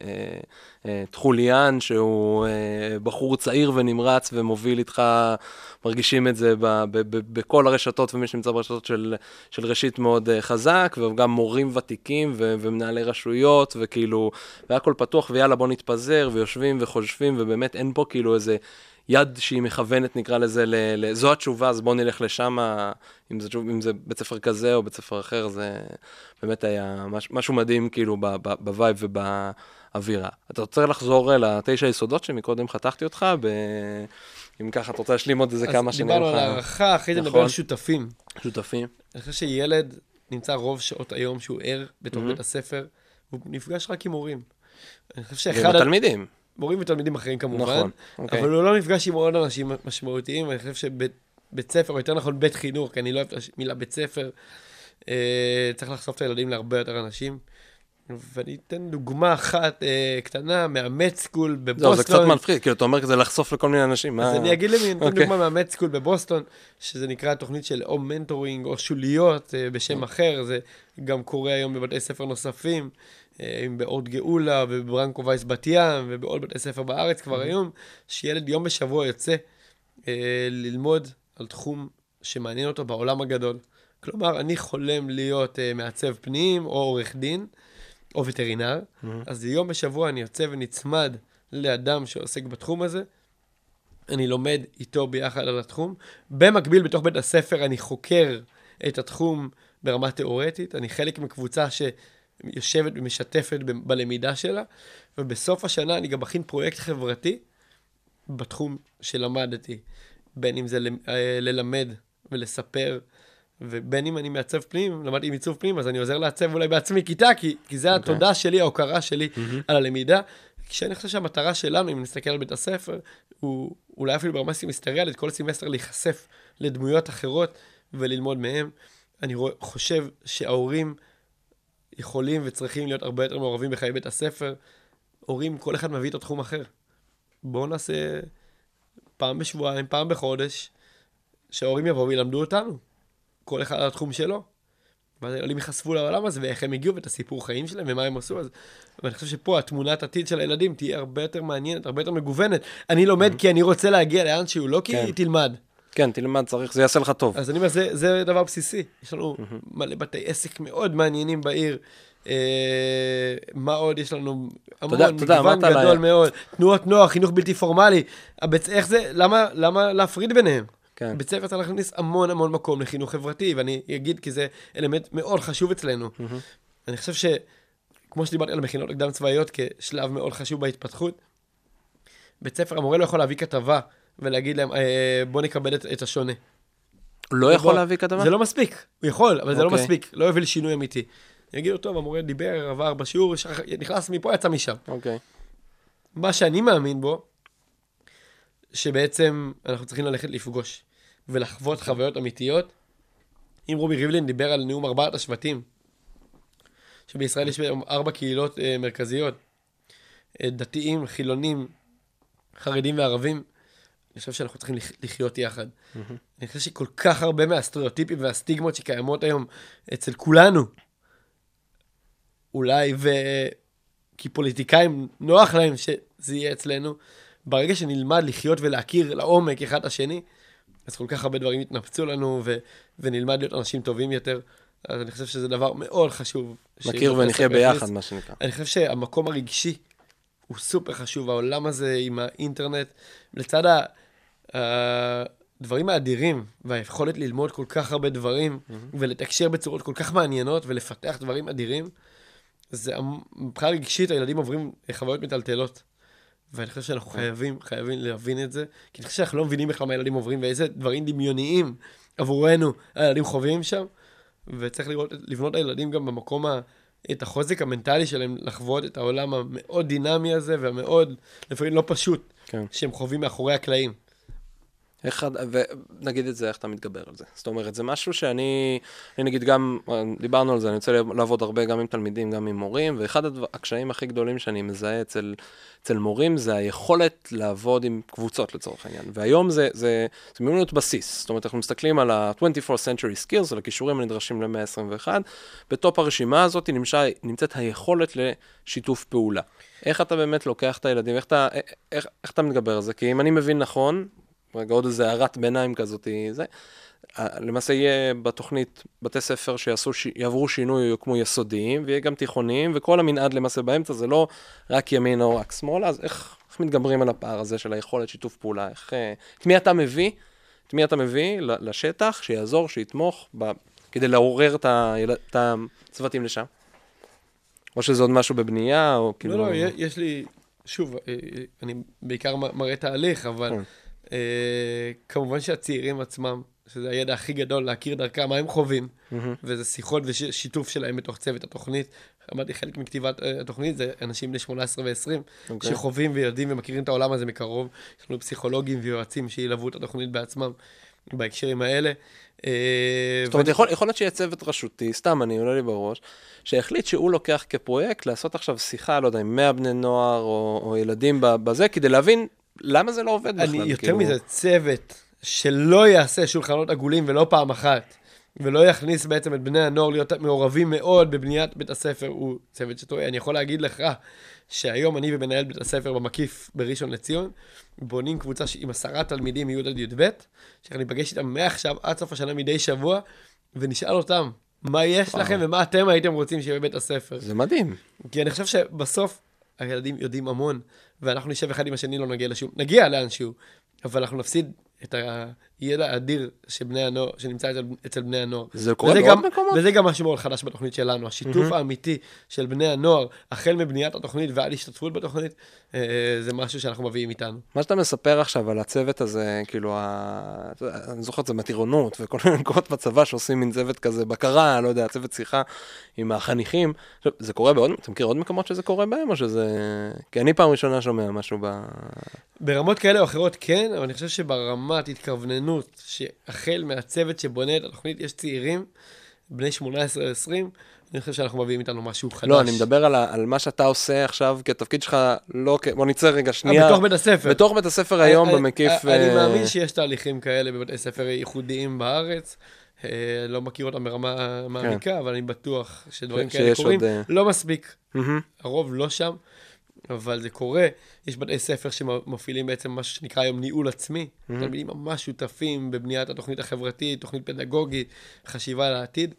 חוליאן, שהוא בחור צעיר ונמרץ, ומוביל איתך, מרגישים את זה בכל הרשתות, ומי שנמצא ברשתות של ראשית מאוד חזק, וגם מורים ותיקים, ומנהלי רשויות, וכאילו, והכל פתוח, ויאללה בוא נתפזר, ויושבים וחושבים, ובאמת אין פה כאילו איזה יד שהיא מכוונת, נקרא לזה, זו התשובה, אז בוא נלך לשם, אם זה, אם זה בית ספר כזה או בית ספר אחר, זה באמת היה משהו מדהים, כאילו, בווייב ובאווירה. אתה רוצה לחזור לתשע יסודות שמקודם חתכתי אותך, ב... אם ככה, אתה רוצה להשלים עוד איזה כמה שנים לך. אז דיברנו על הערכה, אחרי זה נדבר על שותפים. שותפים. אני חושב שילד נמצא רוב שעות היום שהוא ער בתוך בית הספר, והוא נפגש רק עם מורים. אני חושב שאחד... ותלמידים. מורים ותלמידים אחרים כמובן, נכון, אוקיי. אבל הוא לא נפגש עם עוד אנשים משמעותיים, אני חושב שבית ספר, או יותר נכון בית חינוך, כי אני לא אוהב את המילה בית ספר, צריך לחשוף את הילדים להרבה יותר אנשים, ואני אתן דוגמה אחת אה, קטנה מהמט סקול בבוסטון. זהו, זה קצת מפחיד, כאילו אתה אומר כזה לחשוף לכל מיני אנשים. אז מה... אני אגיד למי, אני אתן אוקיי. דוגמה מהמט סקול בבוסטון, שזה נקרא תוכנית של או מנטורינג או שוליות אה, בשם אחר, זה גם קורה היום בבתי ספר נוספים, אה, באורט גאולה ובברנקו וייס בת ים ובעוד בתי ספר בארץ כבר היום, שילד יום בשבוע יוצא אה, ללמוד על תחום שמעניין אותו בעולם הגדול. כלומר, אני חולם להיות uh, מעצב פנים, או עורך דין, או וטרינר, mm-hmm. אז יום בשבוע אני יוצא ונצמד לאדם שעוסק בתחום הזה, אני לומד איתו ביחד על התחום, במקביל בתוך בית הספר אני חוקר את התחום ברמה תיאורטית, אני חלק מקבוצה שיושבת ומשתפת ב- בלמידה שלה, ובסוף השנה אני גם מכין פרויקט חברתי בתחום שלמדתי, בין אם זה ל- ללמד ולספר, ובין אם אני מעצב פנים, למדתי מעיצוב פנים, אז אני עוזר לעצב אולי בעצמי כיתה, כי, כי זה okay. התודה שלי, ההוקרה שלי mm-hmm. על הלמידה. כשאני חושב שהמטרה שלנו, אם נסתכל על בית הספר, הוא אולי אפילו ברמה סמסטריאלית, כל סמסטר להיחשף לדמויות אחרות וללמוד מהם. אני חושב שההורים יכולים וצריכים להיות הרבה יותר מעורבים בחיי בית הספר. הורים, כל אחד מביא את התחום אחר. בואו נעשה פעם בשבועיים, פעם בחודש, שההורים יבואו וילמדו אותנו. כל אחד על התחום שלו, ואז הילדים יחשפו לעולם הזה, ואיך הם הגיעו, ואת הסיפור חיים שלהם, ומה הם עשו. אז ואני חושב שפה התמונת עתיד של הילדים תהיה הרבה יותר מעניינת, הרבה יותר מגוונת. אני לומד כי אני רוצה להגיע לאן שהוא, לא כי תלמד. כן, תלמד, צריך, זה יעשה לך טוב. אז אני אומר, זה, זה דבר בסיסי. יש לנו מלא בתי עסק מאוד מעניינים בעיר. מה עוד? יש לנו המון מגוון גדול מאוד. תנועות נוער, חינוך בלתי פורמלי. איך זה? למה, למה להפריד ביניהם? כן. בית ספר צריך להכניס המון המון מקום לחינוך חברתי, ואני אגיד כי זה אלמנט מאוד חשוב אצלנו. Mm-hmm. אני חושב שכמו שדיברתי על מכינות הקדם צבאיות כשלב מאוד חשוב בהתפתחות, בית ספר המורה לא יכול להביא כתבה ולהגיד להם, בוא נקבל את, את השונה. לא יכול בוא, להביא כתבה? זה לא מספיק, הוא יכול, אבל okay. זה לא מספיק, לא יביא לשינוי אמיתי. אני אגיד לו, טוב, המורה דיבר, עבר בשיעור, נכנס מפה, יצא משם. אוקיי. Okay. מה שאני מאמין בו, שבעצם אנחנו צריכים ללכת לפגוש ולחוות חוויות אמיתיות. אם רובי ריבלין דיבר על נאום ארבעת השבטים, שבישראל יש ארבע קהילות אה, מרכזיות, אה, דתיים, חילונים, חרדים וערבים, אני חושב שאנחנו צריכים לחיות יחד. Mm-hmm. אני חושב שכל כך הרבה מהסטריאוטיפים והסטיגמות שקיימות היום אצל כולנו, אולי, וכי פוליטיקאים נוח להם שזה יהיה אצלנו, ברגע שנלמד לחיות ולהכיר לעומק אחד השני, אז כל כך הרבה דברים יתנפצו לנו, ו- ונלמד להיות אנשים טובים יותר. אז אני חושב שזה דבר מאוד חשוב. מכיר ונחיה ביחד, מה שנקרא. אני חושב שהמקום הרגשי הוא סופר חשוב, העולם הזה עם האינטרנט, לצד הדברים האדירים, והיכולת ללמוד כל כך הרבה דברים, mm-hmm. ולתקשר בצורות כל כך מעניינות, ולפתח דברים אדירים, זה, מבחינה רגשית, הילדים עוברים חוויות מטלטלות. ואני חושב שאנחנו חייבים, חייבים להבין את זה, כי אני חושב שאנחנו לא מבינים איך למה הילדים עוברים, ואיזה דברים דמיוניים עבורנו הילדים חווים שם, וצריך לראות, לבנות הילדים גם במקום, ה, את החוזק המנטלי שלהם, לחוות את העולם המאוד דינמי הזה, והמאוד, לפעמים לא פשוט, כן. שהם חווים מאחורי הקלעים. איך, ונגיד את זה, איך אתה מתגבר על זה? זאת אומרת, זה משהו שאני, אני נגיד גם, דיברנו על זה, אני רוצה לעבוד הרבה גם עם תלמידים, גם עם מורים, ואחד הקשיים הכי גדולים שאני מזהה אצל, אצל מורים, זה היכולת לעבוד עם קבוצות לצורך העניין. והיום זה, זה, זה מיומנות בסיס. זאת אומרת, אנחנו מסתכלים על ה-twenty-fourth century skills, על הכישורים הנדרשים ל-מאה עשרים ואחת, בטופ הרשימה הזאת נמצא, נמצאת היכולת לשיתוף פעולה. איך אתה באמת לוקח את הילדים, איך אתה, איך, איך אתה מתגבר על זה? כי אם אני מבין נכון, רגע, עוד איזה הערת ביניים כזאת, זה, למעשה יהיה בתוכנית בתי ספר שיעשו, יעברו שינוי כמו יסודיים, ויהיה גם תיכוניים, וכל המנעד למעשה באמצע, זה לא רק ימין או רק שמאל, אז איך, איך מתגברים על הפער הזה של היכולת שיתוף פעולה? איך, את מי אתה מביא, את מי אתה מביא לשטח, שיעזור, שיתמוך, ב, כדי לעורר את, ה, את הצוותים לשם? או שזה עוד משהו בבנייה, או כאילו... לא, לא, יש לי, שוב, אני בעיקר מראה תהליך, אבל... Uh, כמובן שהצעירים עצמם, שזה הידע הכי גדול, להכיר דרכם, מה הם חווים, mm-hmm. וזה שיחות ושיתוף שלהם בתוך צוות התוכנית. אמרתי, חלק מכתיבת uh, התוכנית זה אנשים בני שמונה עשרה ועשרים, okay. שחווים ויודעים ומכירים את העולם הזה מקרוב. יש לנו פסיכולוגים ויועצים שילוו את התוכנית בעצמם. בהקשרים האלה. זאת אומרת, יכול להיות שיהיה צוות רשותי, סתם אני עולה לי בראש, שהחליט שהוא לוקח כפרויקט לעשות עכשיו שיחה, לא יודע, עם מאה בני נוער או ילדים בזה, כדי להבין למה זה לא עובד בכלל. אני יותר מזה צוות שלא יעשה שולחנות עגולים ולא פעם אחת, ולא יכניס בעצם את בני הנוער להיות מעורבים מאוד בבניית בית הספר, הוא צוות שטועה. אני יכול להגיד לך שהיום אני ומנהל בית הספר במקיף בראשון לציון, בונים קבוצה עם עשרה תלמידים מי' עד י"ב, שאני פגש איתם מעכשיו עד סוף השנה מדי שבוע, ונשאל אותם מה יש לכם ומה אתם הייתם רוצים שיהיה בבית הספר. זה מדהים. כי אני חושב שבסוף הילדים יודעים המון, ואנחנו נשב אחד עם השני, לא נגיע לשום, נגיע לאנשהו, אבל אנחנו נפסיד את הידע האדיר שבני הנוער, שנמצא אצל, אצל בני הנוער. זה קורה בעוד מקומות? וזה גם משהו מאוד חדש בתוכנית שלנו, השיתוף האמיתי של בני הנוער, החל מבניית התוכנית ועד השתתפות בתוכנית, זה משהו שאנחנו מביאים איתנו. מה שאתה מספר עכשיו על הצוות הזה, כאילו, אני זוכר את זה מטירונות, וכל מיני מקומות בצבא שעושים מין צוות כזה בקרה, לא יודע, צוות שיחה עם החניכים. זה קורה בעוד, אתה מכיר עוד מקומות שזה קורה בהם, או שזה... כי אני פעם ראשונה שומע משהו ב... ברמות כאלה או אחרות כן, אבל אני חושב שברמת התכווננות, שהחל מהצוות שבונה את התוכנית, יש צעירים, בני שמונה עשרה עשרים, אני חושב שאנחנו מביאים איתנו משהו חדש. לא, אני מדבר על, על מה שאתה עושה עכשיו, כי התפקיד שלך לא... בוא נצא רגע שנייה. בתוך בית הספר. בתוך בית הספר היום אני, במקיף... אני מאמין שיש תהליכים כאלה בבתי ספר ייחודיים בארץ, לא מכיר אותם ברמה מעמיקה, אבל אני בטוח שדברים כאלה קורים. לא מספיק, הרוב לא שם. אבל זה קורה, יש בתי ספר שמפעילים בעצם משהו שנקרא היום ניהול עצמי, תלמידים ממש שותפים בבניית התוכנית החברתית, תוכנית פדגוגית, חשיבה לעתיד,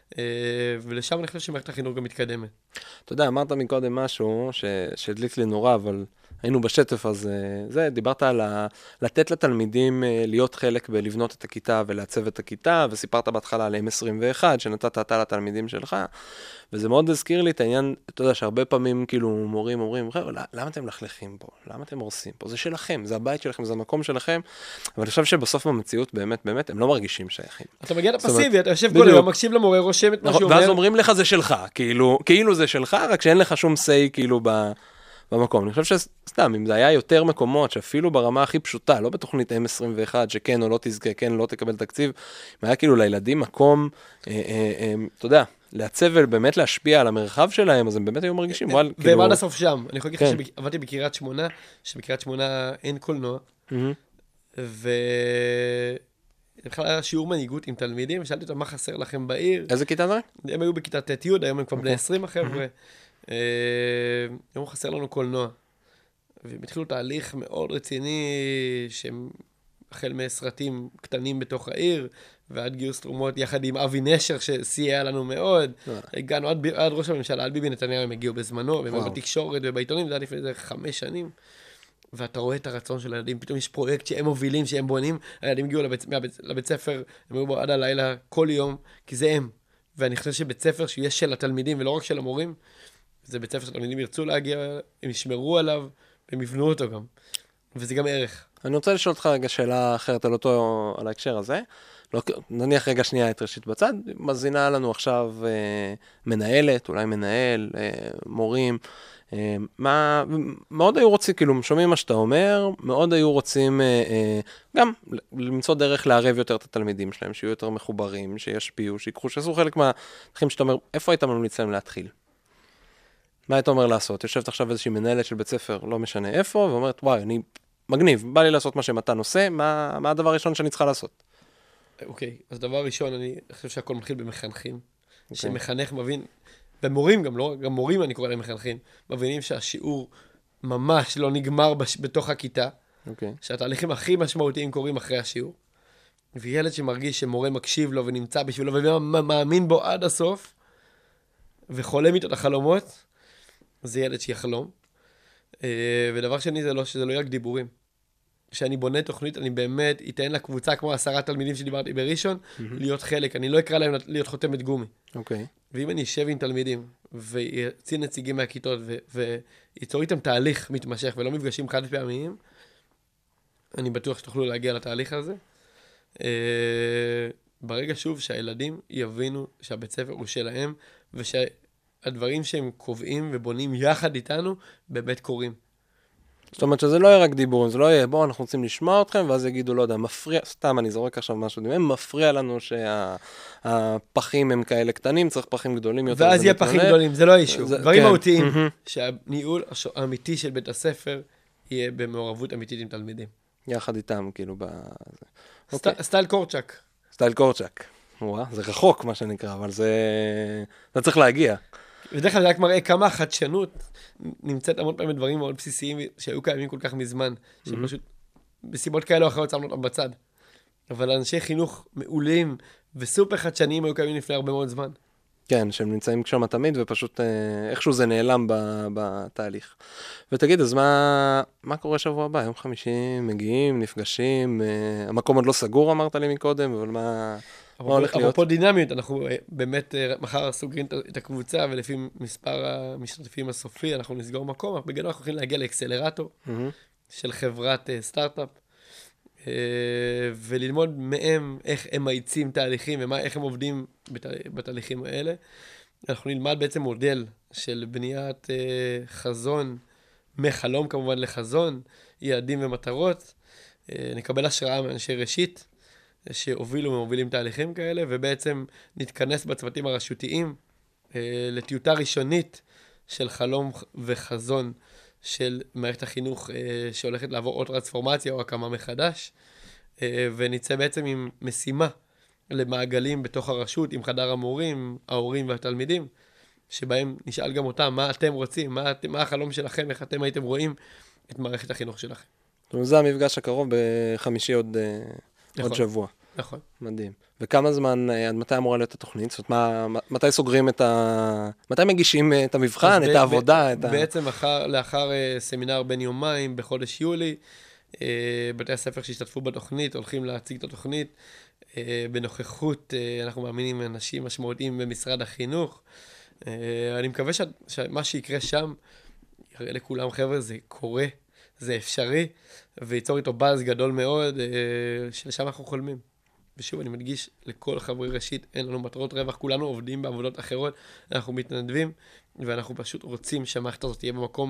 ולשם אני חושב שמערכת החינוך גם מתקדמת. אתה יודע, אמרת מקודם משהו שהדליק לי נורא, אבל היינו בשטף, אז זה, דיברת על לתת לתלמידים להיות חלק בלבנות את הכיתה ולעצב את הכיתה, וסיפרת בהתחלה על אם עשרים ואחת, שנתת אתה לתלמידים שלך, וזה מאוד הזכיר לי את העניין, אתה יודע, שהרבה פעמים כאילו מורים אומרים, למה אתם מלכלכים פה? למה אתם הורסים פה? זה שלכם, זה הבית שלכם, זה המקום שלכם, אבל אני חושב שבסוף במציאות באמת, באמת, הם לא מרגישים שייכים. אתה מגיע לפסיבי, אתה יושב כל היום, מקשיב למורה, רושם את מה שהוא אומר. ואז אומרים לך זה שלך, כאילו, כאילו זה שלך, רק שאין לך שום say כאילו ב... במקום. אני חושב שסתם, אם זה היה יותר מקומות, שאפילו ברמה הכי פשוטה, לא בתוכנית אם עשרים ואחת, שכן או לא תזכה, כן או לא תקבל תקציב, אם היה כאילו לילדים מקום, אה, אה, אה, אתה יודע, לעצב ובאמת להשפיע על המרחב שלהם, אז הם באמת היו מרגישים, וואל, כאילו... ועד הסוף שם. אני יכול להגיד לך שעבדתי בקריית שמונה, שבקריית שמונה אין קולנוע, ו... בכלל היה שיעור מנהיגות עם תלמידים, ושאלתי אותם מה חסר לכם בעיר. איזה כיתה זה? הם היו בכיתה ת' י', היום הם כבר בני עשרים החבר'ה. היום חסר לנו קולנוע. והם התחילו תהליך מאוד רציני, שהם החל מסרטים קטנים בתוך העיר, ועד גיוס תרומות יחד עם אבי נשר, שסייע לנו מאוד. הגענו עד, עד ראש הממשלה, עד ביבי נתניהו, הם הגיעו בזמנו, והם היו בתקשורת ובעיתונים, זה היה לפני זה חמש שנים. ואתה רואה את הרצון של הילדים, פתאום יש פרויקט שהם מובילים, שהם בונים, הילדים הגיעו לבית, מהבית, לבית ספר, הם היו בו עד הלילה כל יום, כי זה הם. ואני חושב שבית ספר שיש של התלמידים ולא רק של המורים, זה בית ספר שהתלמידים ירצו להגיע, הם ישמרו עליו, הם יבנו אותו גם. וזה גם ערך. אני רוצה לשאול אותך רגע שאלה אחרת על אותו, על ההקשר הזה. לא, נניח רגע שנייה את ראשית בצד, מזינה לנו עכשיו אה, מנהלת, אולי מנהל, אה, מורים, אה, מה, מאוד היו רוצים, כאילו, שומעים מה שאתה אומר, מאוד היו רוצים אה, אה, גם למצוא דרך לערב יותר את התלמידים שלהם, שיהיו יותר מחוברים, שישפיעו, שיקחו, שעשו חלק מהתחים שאתה אומר, איפה היית ממליץ להם להתחיל? מה היית אומר לעשות? יושבת עכשיו איזושהי מנהלת של בית ספר, לא משנה איפה, ואומרת, וואי, אני מגניב, בא לי לעשות מה שמתן עושה, מה, מה הדבר הראשון שאני צריכה לעשות? אוקיי, אז דבר ראשון, אני חושב שהכל מתחיל במחנכים, שמחנך מבין, ומורים גם לא, גם מורים אני קורא להם מחנכים, מבינים שהשיעור ממש לא נגמר בתוך הכיתה, שהתהליכים הכי משמעותיים קורים אחרי השיעור, וילד שמרגיש שמורה מקשיב לו ונמצא בשבילו, ומאמין בו עד הסוף, וחולם איתו את החלומות, זה ילד שיחלום. ודבר שני זה לא, שזה לא יהיה רק דיבורים. כשאני בונה תוכנית, אני באמת אתן לקבוצה, כמו עשרה תלמידים שדיברתי בראשון, mm-hmm. להיות חלק. אני לא אקרא להם להיות חותמת גומי. אוקיי. Okay. ואם אני אשב עם תלמידים, ויציא נציגים מהכיתות, ו- ויצור איתם תהליך מתמשך, ולא מפגשים חד פעמיים, אני בטוח שתוכלו להגיע לתהליך הזה. ברגע שוב שהילדים יבינו שהבית ספר הוא שלהם, ושהדברים שהם קובעים ובונים יחד איתנו, באמת קורים. זאת אומרת שזה לא יהיה רק דיבורים, זה לא יהיה, בואו אנחנו רוצים לשמוע אתכם, ואז יגידו, לא יודע, מפריע, סתם אני זורק עכשיו משהו, הם מפריע לנו שהפחים הם כאלה קטנים, צריך פחים גדולים יותר. ואז יהיה פחים גדולים, זה לא האישו. דברים מהותיים, שהניהול האמיתי של בית הספר יהיה במעורבות אמיתית עם תלמידים. יחד איתם, כאילו, סטייל קורצ'ק. סטייל קורצ'ק. וואה, זה רחוק מה שנקרא, אבל זה... אתה צריך להגיע. בדרך כלל זה רק מראה כמה החדשנות נמצאת המון פעמים דברים מאוד בסיסיים שהיו קיימים כל כך מזמן, שפשוט בסיבות כאלה או אחרות שמנו אותם בצד. אבל אנשי חינוך מעולים וסופר חדשניים היו קיימים לפני הרבה מאוד זמן. כן, שהם נמצאים שם תמיד ופשוט איכשהו זה נעלם בתהליך. ותגיד, אז מה, מה קורה שבוע הבא? יום חמישי מגיעים, נפגשים, המקום עוד לא סגור אמרת לי מקודם, אבל מה... מה הולך להיות? אפרופו דינמיות, אנחנו באמת מחר סוגרים את הקבוצה, ולפי מספר המשתתפים הסופי, אנחנו נסגור מקום, אך בגלל אנחנו הולכים להגיע לאקסלרטור של חברת סטארט-אפ, וללמוד מהם איך הם מאיצים תהליכים, ואיך הם עובדים בתהליכים האלה. אנחנו נלמד בעצם מודל של בניית חזון, מחלום כמובן לחזון, יעדים ומטרות, נקבל השראה מאנשי ראשית, שהובילו ומובילים תהליכים כאלה, ובעצם נתכנס בצוותים הרשותיים אה, לטיוטה ראשונית של חלום וחזון של מערכת החינוך אה, שהולכת לעבור עוד טרנספורמציה או הקמה מחדש, אה, ונצא בעצם עם משימה למעגלים בתוך הרשות, עם חדר המורים, ההורים והתלמידים, שבהם נשאל גם אותם מה אתם רוצים, מה, מה החלום שלכם, איך אתם הייתם רואים את מערכת החינוך שלכם. זה המפגש הקרוב בחמישי עוד... נכון. עוד שבוע. נכון. מדהים. וכמה זמן, עד מתי אמורה להיות התוכנית? זאת אומרת, מה, מתי סוגרים את ה... מתי מגישים את המבחן, את ב- העבודה? ב- את בעצם ה... אחר, לאחר uh, סמינר בין יומיים בחודש יולי, uh, בתי הספר שהשתתפו בתוכנית הולכים להציג את התוכנית. Uh, בנוכחות, uh, אנחנו מאמינים אנשים משמעותיים במשרד החינוך. Uh, אני מקווה ש- שמה שיקרה שם, יראה לכולם, חבר'ה, זה קורה, זה אפשרי. וייצור איתו באז גדול מאוד, שלשם אנחנו חולמים. ושוב, אני מדגיש, לכל חברי ראשית, אין לנו מטרות רווח, כולנו עובדים בעבודות אחרות, אנחנו מתנדבים, ואנחנו פשוט רוצים שהמערכת הזאת תהיה במקום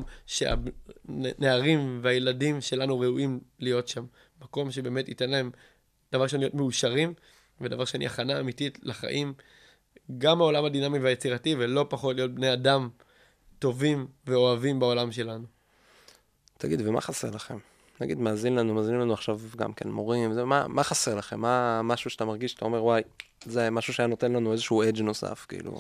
שהנערים והילדים שלנו ראויים להיות שם. מקום שבאמת ייתן להם דבר שני להיות מאושרים, ודבר שני הכנה אמיתית לחיים, גם העולם הדינמי והיצירתי, ולא פחות להיות בני אדם טובים ואוהבים בעולם שלנו. תגיד, ומה חסר לכם? נגיד, מאזין לנו, מאזין לנו עכשיו גם כן מורים, זה, מה, מה חסר לכם? מה משהו שאתה מרגיש, שאתה אומר, וואי, זה משהו שהיה נותן לנו איזשהו אדג' נוסף, כאילו.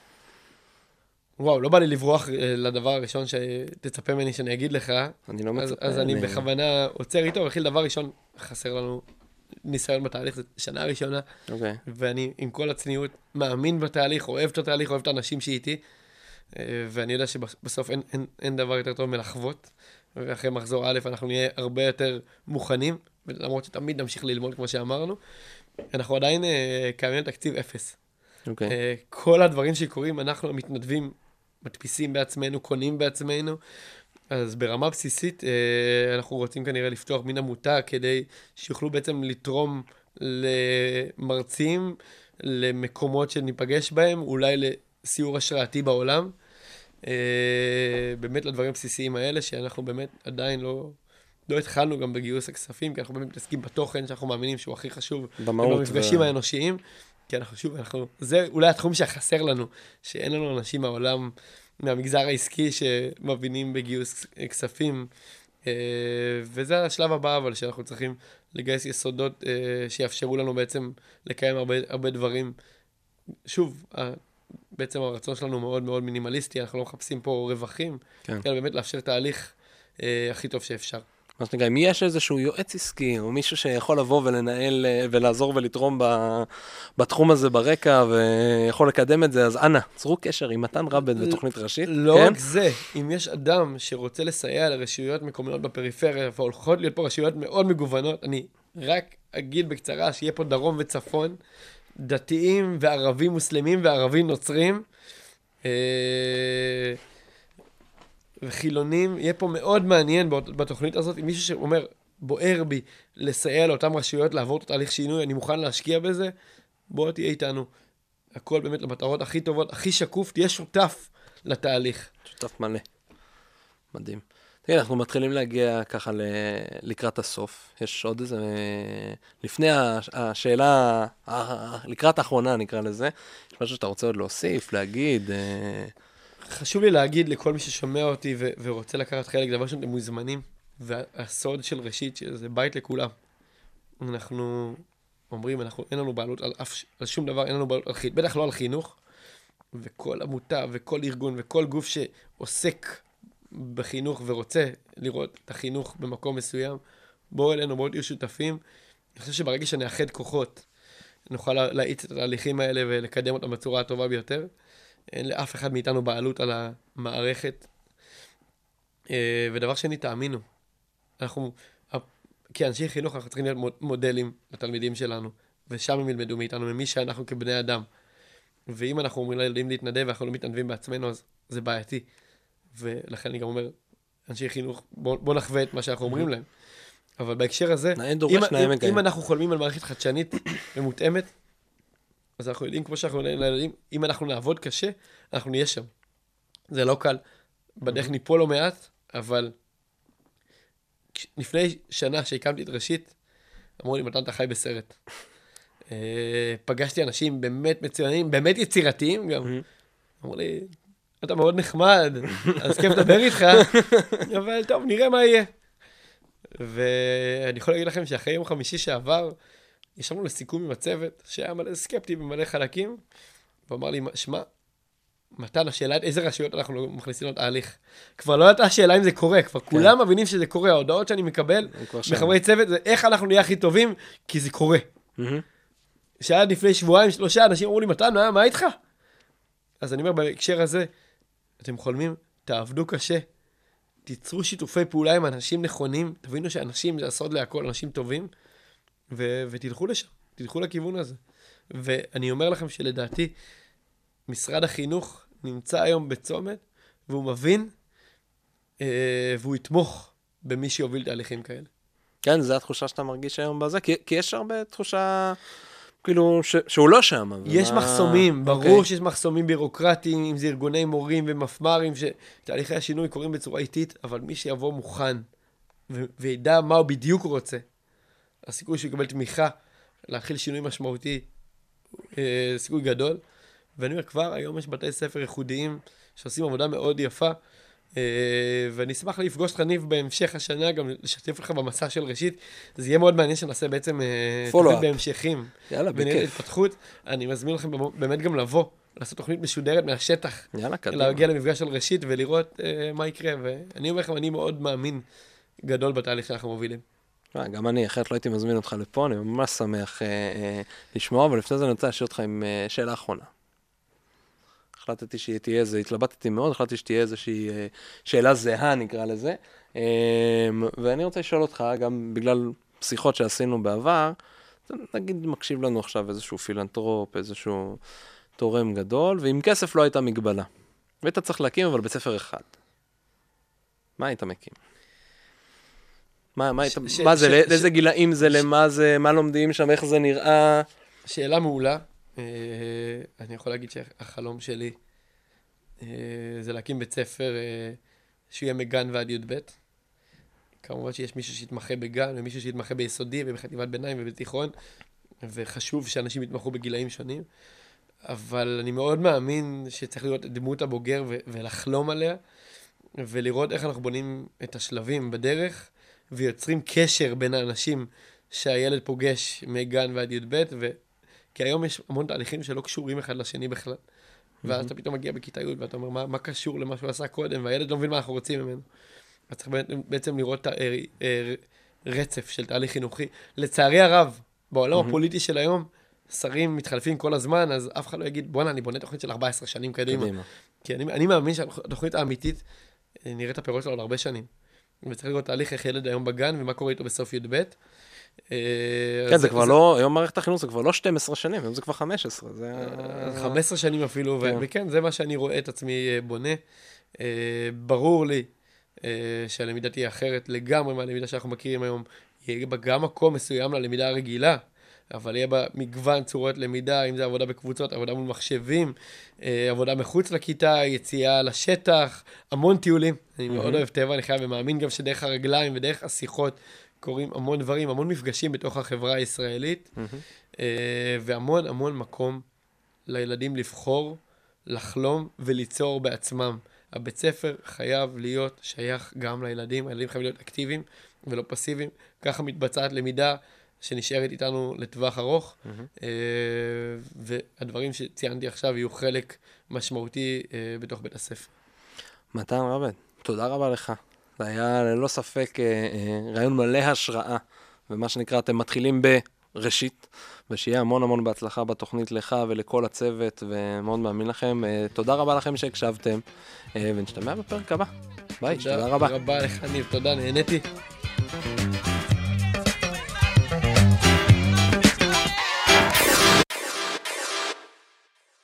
וואו, לא בא לי לברוח לדבר הראשון שתצפה ממני שאני אגיד לך. אני לא מצפה. אז, אז אני בכוונה עוצר איתו, וכיל דבר ראשון, חסר לנו ניסיון בתהליך, זו שנה ראשונה. אוקיי. ואני עם כל הצניעות מאמין בתהליך, אוהב את התהליך, אוהב את האנשים שאיתי, ואני יודע שבסוף אין, אין, אין דבר יותר טוב מלחוות. ואחרי מחזור א' אנחנו נהיה הרבה יותר מוכנים, למרות שתמיד נמשיך ללמוד כמו שאמרנו. אנחנו עדיין uh, קיימים תקציב אפס. אוקיי. Uh, כל הדברים שקורים, אנחנו מתנדבים, מדפיסים בעצמנו, קונים בעצמנו. אז ברמה בסיסית, uh, אנחנו רוצים כנראה לפתוח מין עמותה, כדי שיוכלו בעצם לתרום למרצים, למקומות שניפגש בהם, אולי לסיור השראתי בעולם. Uh, באמת לדברים הבסיסיים האלה, שאנחנו באמת עדיין לא, לא התחלנו גם בגיוס הכספים, כי אנחנו באמת מתעסקים בתוכן שאנחנו מאמינים שהוא הכי חשוב, במפגשים ו... האנושיים, כי אנחנו שוב, אנחנו, זה אולי התחום שחסר לנו, שאין לנו אנשים מהעולם, מהמגזר העסקי שמבינים בגיוס כספים, uh, וזה השלב הבא, אבל שאנחנו צריכים לגייס יסודות uh, שיאפשרו לנו בעצם לקיים הרבה, הרבה דברים. שוב, בעצם הרצון שלנו מאוד מאוד מינימליסטי, אנחנו לא מחפשים פה רווחים, כן. אלא באמת לאפשר תהליך אה, הכי טוב שאפשר. מה שנקרא, אם יש איזשהו יועץ עסקי, או מישהו שיכול לבוא ולנהל, ולעזור ולתרום ב, בתחום הזה ברקע, ויכול לקדם את זה, אז אנא, צרו קשר עם מתן רבד ותוכנית ראשית. לא כן? רק זה, אם יש אדם שרוצה לסייע לרשויות מקומיות בפריפריה, והולכות להיות פה רשויות מאוד מגוונות, אני רק אגיד בקצרה שיהיה פה דרום וצפון, דתיים וערבים מוסלמים וערבים נוצרים וחילונים. יהיה פה מאוד מעניין בתוכנית הזאת, אם מישהו שאומר בוער בי לסייע לאותם רשויות לעבור את התהליך שינוי, אני מוכן להשקיע בזה, בוא תהיה איתנו. הכל באמת למטרות הכי טובות, הכי שקוף, תהיה שותף לתהליך. שותף מלא. מדהים. תראה, אנחנו מתחילים להגיע ככה ל... לקראת הסוף. יש עוד איזה... לפני השאלה, לקראת האחרונה נקרא לזה, יש משהו שאתה רוצה עוד להוסיף, להגיד? חשוב לי להגיד לכל מי ששומע אותי ו- ורוצה לקחת חלק, דבר שאתם מוזמנים, והסוד של ראשית, שזה בית לכולם. אנחנו אומרים, אנחנו, אין לנו בעלות על, אף, על שום דבר, אין לנו בעלות על חינוך, בטח לא על חינוך, וכל עמותה וכל ארגון וכל גוף שעוסק בחינוך ורוצה לראות את החינוך במקום מסוים, בואו אלינו, בואו תהיו שותפים. אני חושב שברגע שנאחד כוחות, נוכל להאיץ את התהליכים האלה ולקדם אותם בצורה הטובה ביותר. אין לאף אחד מאיתנו בעלות על המערכת. ודבר שני, תאמינו. אנחנו, כאנשי חינוך, אנחנו צריכים להיות מודלים לתלמידים שלנו, ושם הם ילמדו מאיתנו, ממי שאנחנו כבני אדם. ואם אנחנו אומרים לילדים להתנדב, ואנחנו לא מתנדבים בעצמנו, אז זה בעייתי. ולכן אני גם אומר, אנשי חינוך, בוא, בוא נחווה את מה שאנחנו אומרים להם. אבל בהקשר הזה, דורש, אם, אם, אם אנחנו חולמים על מערכת חדשנית ומותאמת, אז אנחנו יודעים, כמו שאנחנו יודעים, אם אנחנו נעבוד קשה, אנחנו נהיה שם. זה לא קל. בדרך ניפול לא מעט, אבל לפני שנה שהקמתי את ראשית, אמרו לי, מתן, אתה חי בסרט. פגשתי אנשים באמת מצוינים, באמת יצירתיים גם. אמרו לי, אתה מאוד נחמד, אז כיף לדבר איתך, אבל טוב, נראה מה יהיה. ואני יכול להגיד לכם שאחרי יום חמישי שעבר, ישבנו לסיכום עם הצוות, שהיה מלא סקפטי במלא חלקים, ואמר לי, שמע, מתן, השאלה איזה רשויות אנחנו מכניסים לתהליך. כבר לא הייתה השאלה אם זה קורה, כבר כולם מבינים שזה קורה. ההודעות שאני מקבל מחברי צוות, זה איך אנחנו נהיה הכי טובים, כי זה קורה. שעד לפני שבועיים, שלושה אנשים אמרו לי, מתן, מה, מה איתך? אז אני אומר, בהקשר הזה, אתם חולמים, תעבדו קשה, תיצרו שיתופי פעולה עם אנשים נכונים, תבינו שאנשים זה הסוד להכל, אנשים טובים, ו- ותלכו לשם, תלכו לכיוון הזה. ואני אומר לכם שלדעתי, משרד החינוך נמצא היום בצומת, והוא מבין, אה, והוא יתמוך במי שיוביל תהליכים כאלה. כן, זו התחושה שאתה מרגיש היום בזה, כי, כי יש הרבה תחושה, כאילו, ש, שהוא לא שם. יש ומה... מחסומים, ברור okay. שיש מחסומים בירוקרטיים, אם זה ארגוני מורים ומפמ"רים, שתהליכי השינוי קורים בצורה איטית, אבל מי שיבוא מוכן, ו- וידע מה הוא בדיוק רוצה, הסיכוי שהוא יקבל תמיכה, להכיל שינוי משמעותי, אה, סיכוי גדול. ואני אומר, כבר היום יש בתי ספר ייחודיים, שעושים עבודה מאוד יפה, ואני אשמח לפגוש אותך ניב בהמשך השנה, גם לשתף לך במסע של ראשית. זה יהיה מאוד מעניין שנעשה בעצם תוכנית בהמשכים. יאללה, בכיף. התפתחות. אני מזמין לכם באמת גם לבוא, לעשות תוכנית משודרת מהשטח. יאללה, קדימה. להגיע למפגש של ראשית ולראות מה יקרה. ואני אומר לכם, אני מאוד מאמין גדול בתהליך שאנחנו מובילים. גם אני, אחרת לא הייתי מזמין אותך לפה, אני ממש שמח לשמוע, אבל לפני זה אני רוצה להשאיר אותך עם שאלה אחרונה. החלטתי שתהיה איזה, התלבטתי מאוד, החלטתי שתהיה איזושהי שאלה זהה, נקרא לזה. ואני רוצה לשאול אותך, גם בגלל שיחות שעשינו בעבר, נגיד מקשיב לנו עכשיו איזשהו פילנטרופ, איזשהו תורם גדול, ועם כסף לא הייתה מגבלה. והיית צריך להקים, אבל בית ספר אחד. מה היית מקים? מה, מה, היית, ש, מה ש, זה, ש, לאיזה ש, גילאים זה, ש, למה זה, מה לומדים שם, איך זה נראה? שאלה מעולה. אני יכול להגיד שהחלום שלי זה להקים בית ספר שיהיה מגן ועד י' ב'. כמובן שיש מישהו שיתמחה בגן ומישהו שיתמחה ביסודי ובחטיבת ביניים ובתיכון, וחשוב שאנשים יתמחו בגילאים שונים, אבל אני מאוד מאמין שצריך לראות את דמות הבוגר ולחלום עליה, ולראות איך אנחנו בונים את השלבים בדרך, ויוצרים קשר בין האנשים שהילד פוגש מגן ועד י' ב', ו... כי היום יש המון תהליכים שלא קשורים אחד לשני בכלל. ואז אתה פתאום מגיע בכיתה י' ואתה אומר, מה, מה קשור למה שהוא עשה קודם, והילד לא מבין מה אנחנו רוצים ממנו. אז צריך בעצם לראות את הרצף של תהליך חינוכי. לצערי הרב, בעולם הפוליטי של היום, שרים מתחלפים כל הזמן, אז אף אחד לא יגיד, בוא'נה, אני בונה תוכנית של ארבע עשרה שנים קדימה. כי אני, אני מאמין שהתוכנית האמיתית נראה את הפירות שלו על הרבה שנים. וצריך לראות תהליך איך ילד היום בגן, ומה קורה איתו בסוף י' ב'. כן, זה כבר לא, היום מערכת החינוך זה כבר לא שתים עשרה שנים, היום זה כבר חמש עשרה. חמש עשרה שנים אפילו, וכן, זה מה שאני רואה את עצמי בונה. ברור לי שהלמידה תהיה אחרת לגמרי מהלמידה שאנחנו מכירים היום. יהיה גם מקום מסוים ללמידה הרגילה, אבל יהיה בה מגוון צורות למידה, אם זה עבודה בקבוצות, עבודה מול מחשבים, עבודה מחוץ לכיתה, יציאה לשטח, המון טיולים. אני מאוד אוהב טבע, אני חייב ומאמין גם שדרך הרגליים ודרך השיחות קורים המון דברים, המון מפגשים בתוך החברה הישראלית, והמון המון מקום לילדים לבחור, לחלום וליצור בעצמם. הבית ספר חייב להיות שייך גם לילדים, הילדים חייבים להיות אקטיביים ולא פסיביים, ככה מתבצעת למידה שנשארת איתנו לטווח ארוך, והדברים שציינתי עכשיו יהיו חלק משמעותי בתוך בית הספר. מתן רבד, תודה רבה לך. זה היה ללא ספק רעיון מלא השראה, ומה שנקרא, אתם מתחילים בראשית, ושיהיה המון המון בהצלחה בתוכנית לך ולכל הצוות, ומאוד מאמין לכם. תודה רבה לכם שהקשבתם, ונשתמע בפרק הבא. ביי, תודה רבה. תודה רבה לך, ניב, תודה, נהניתי.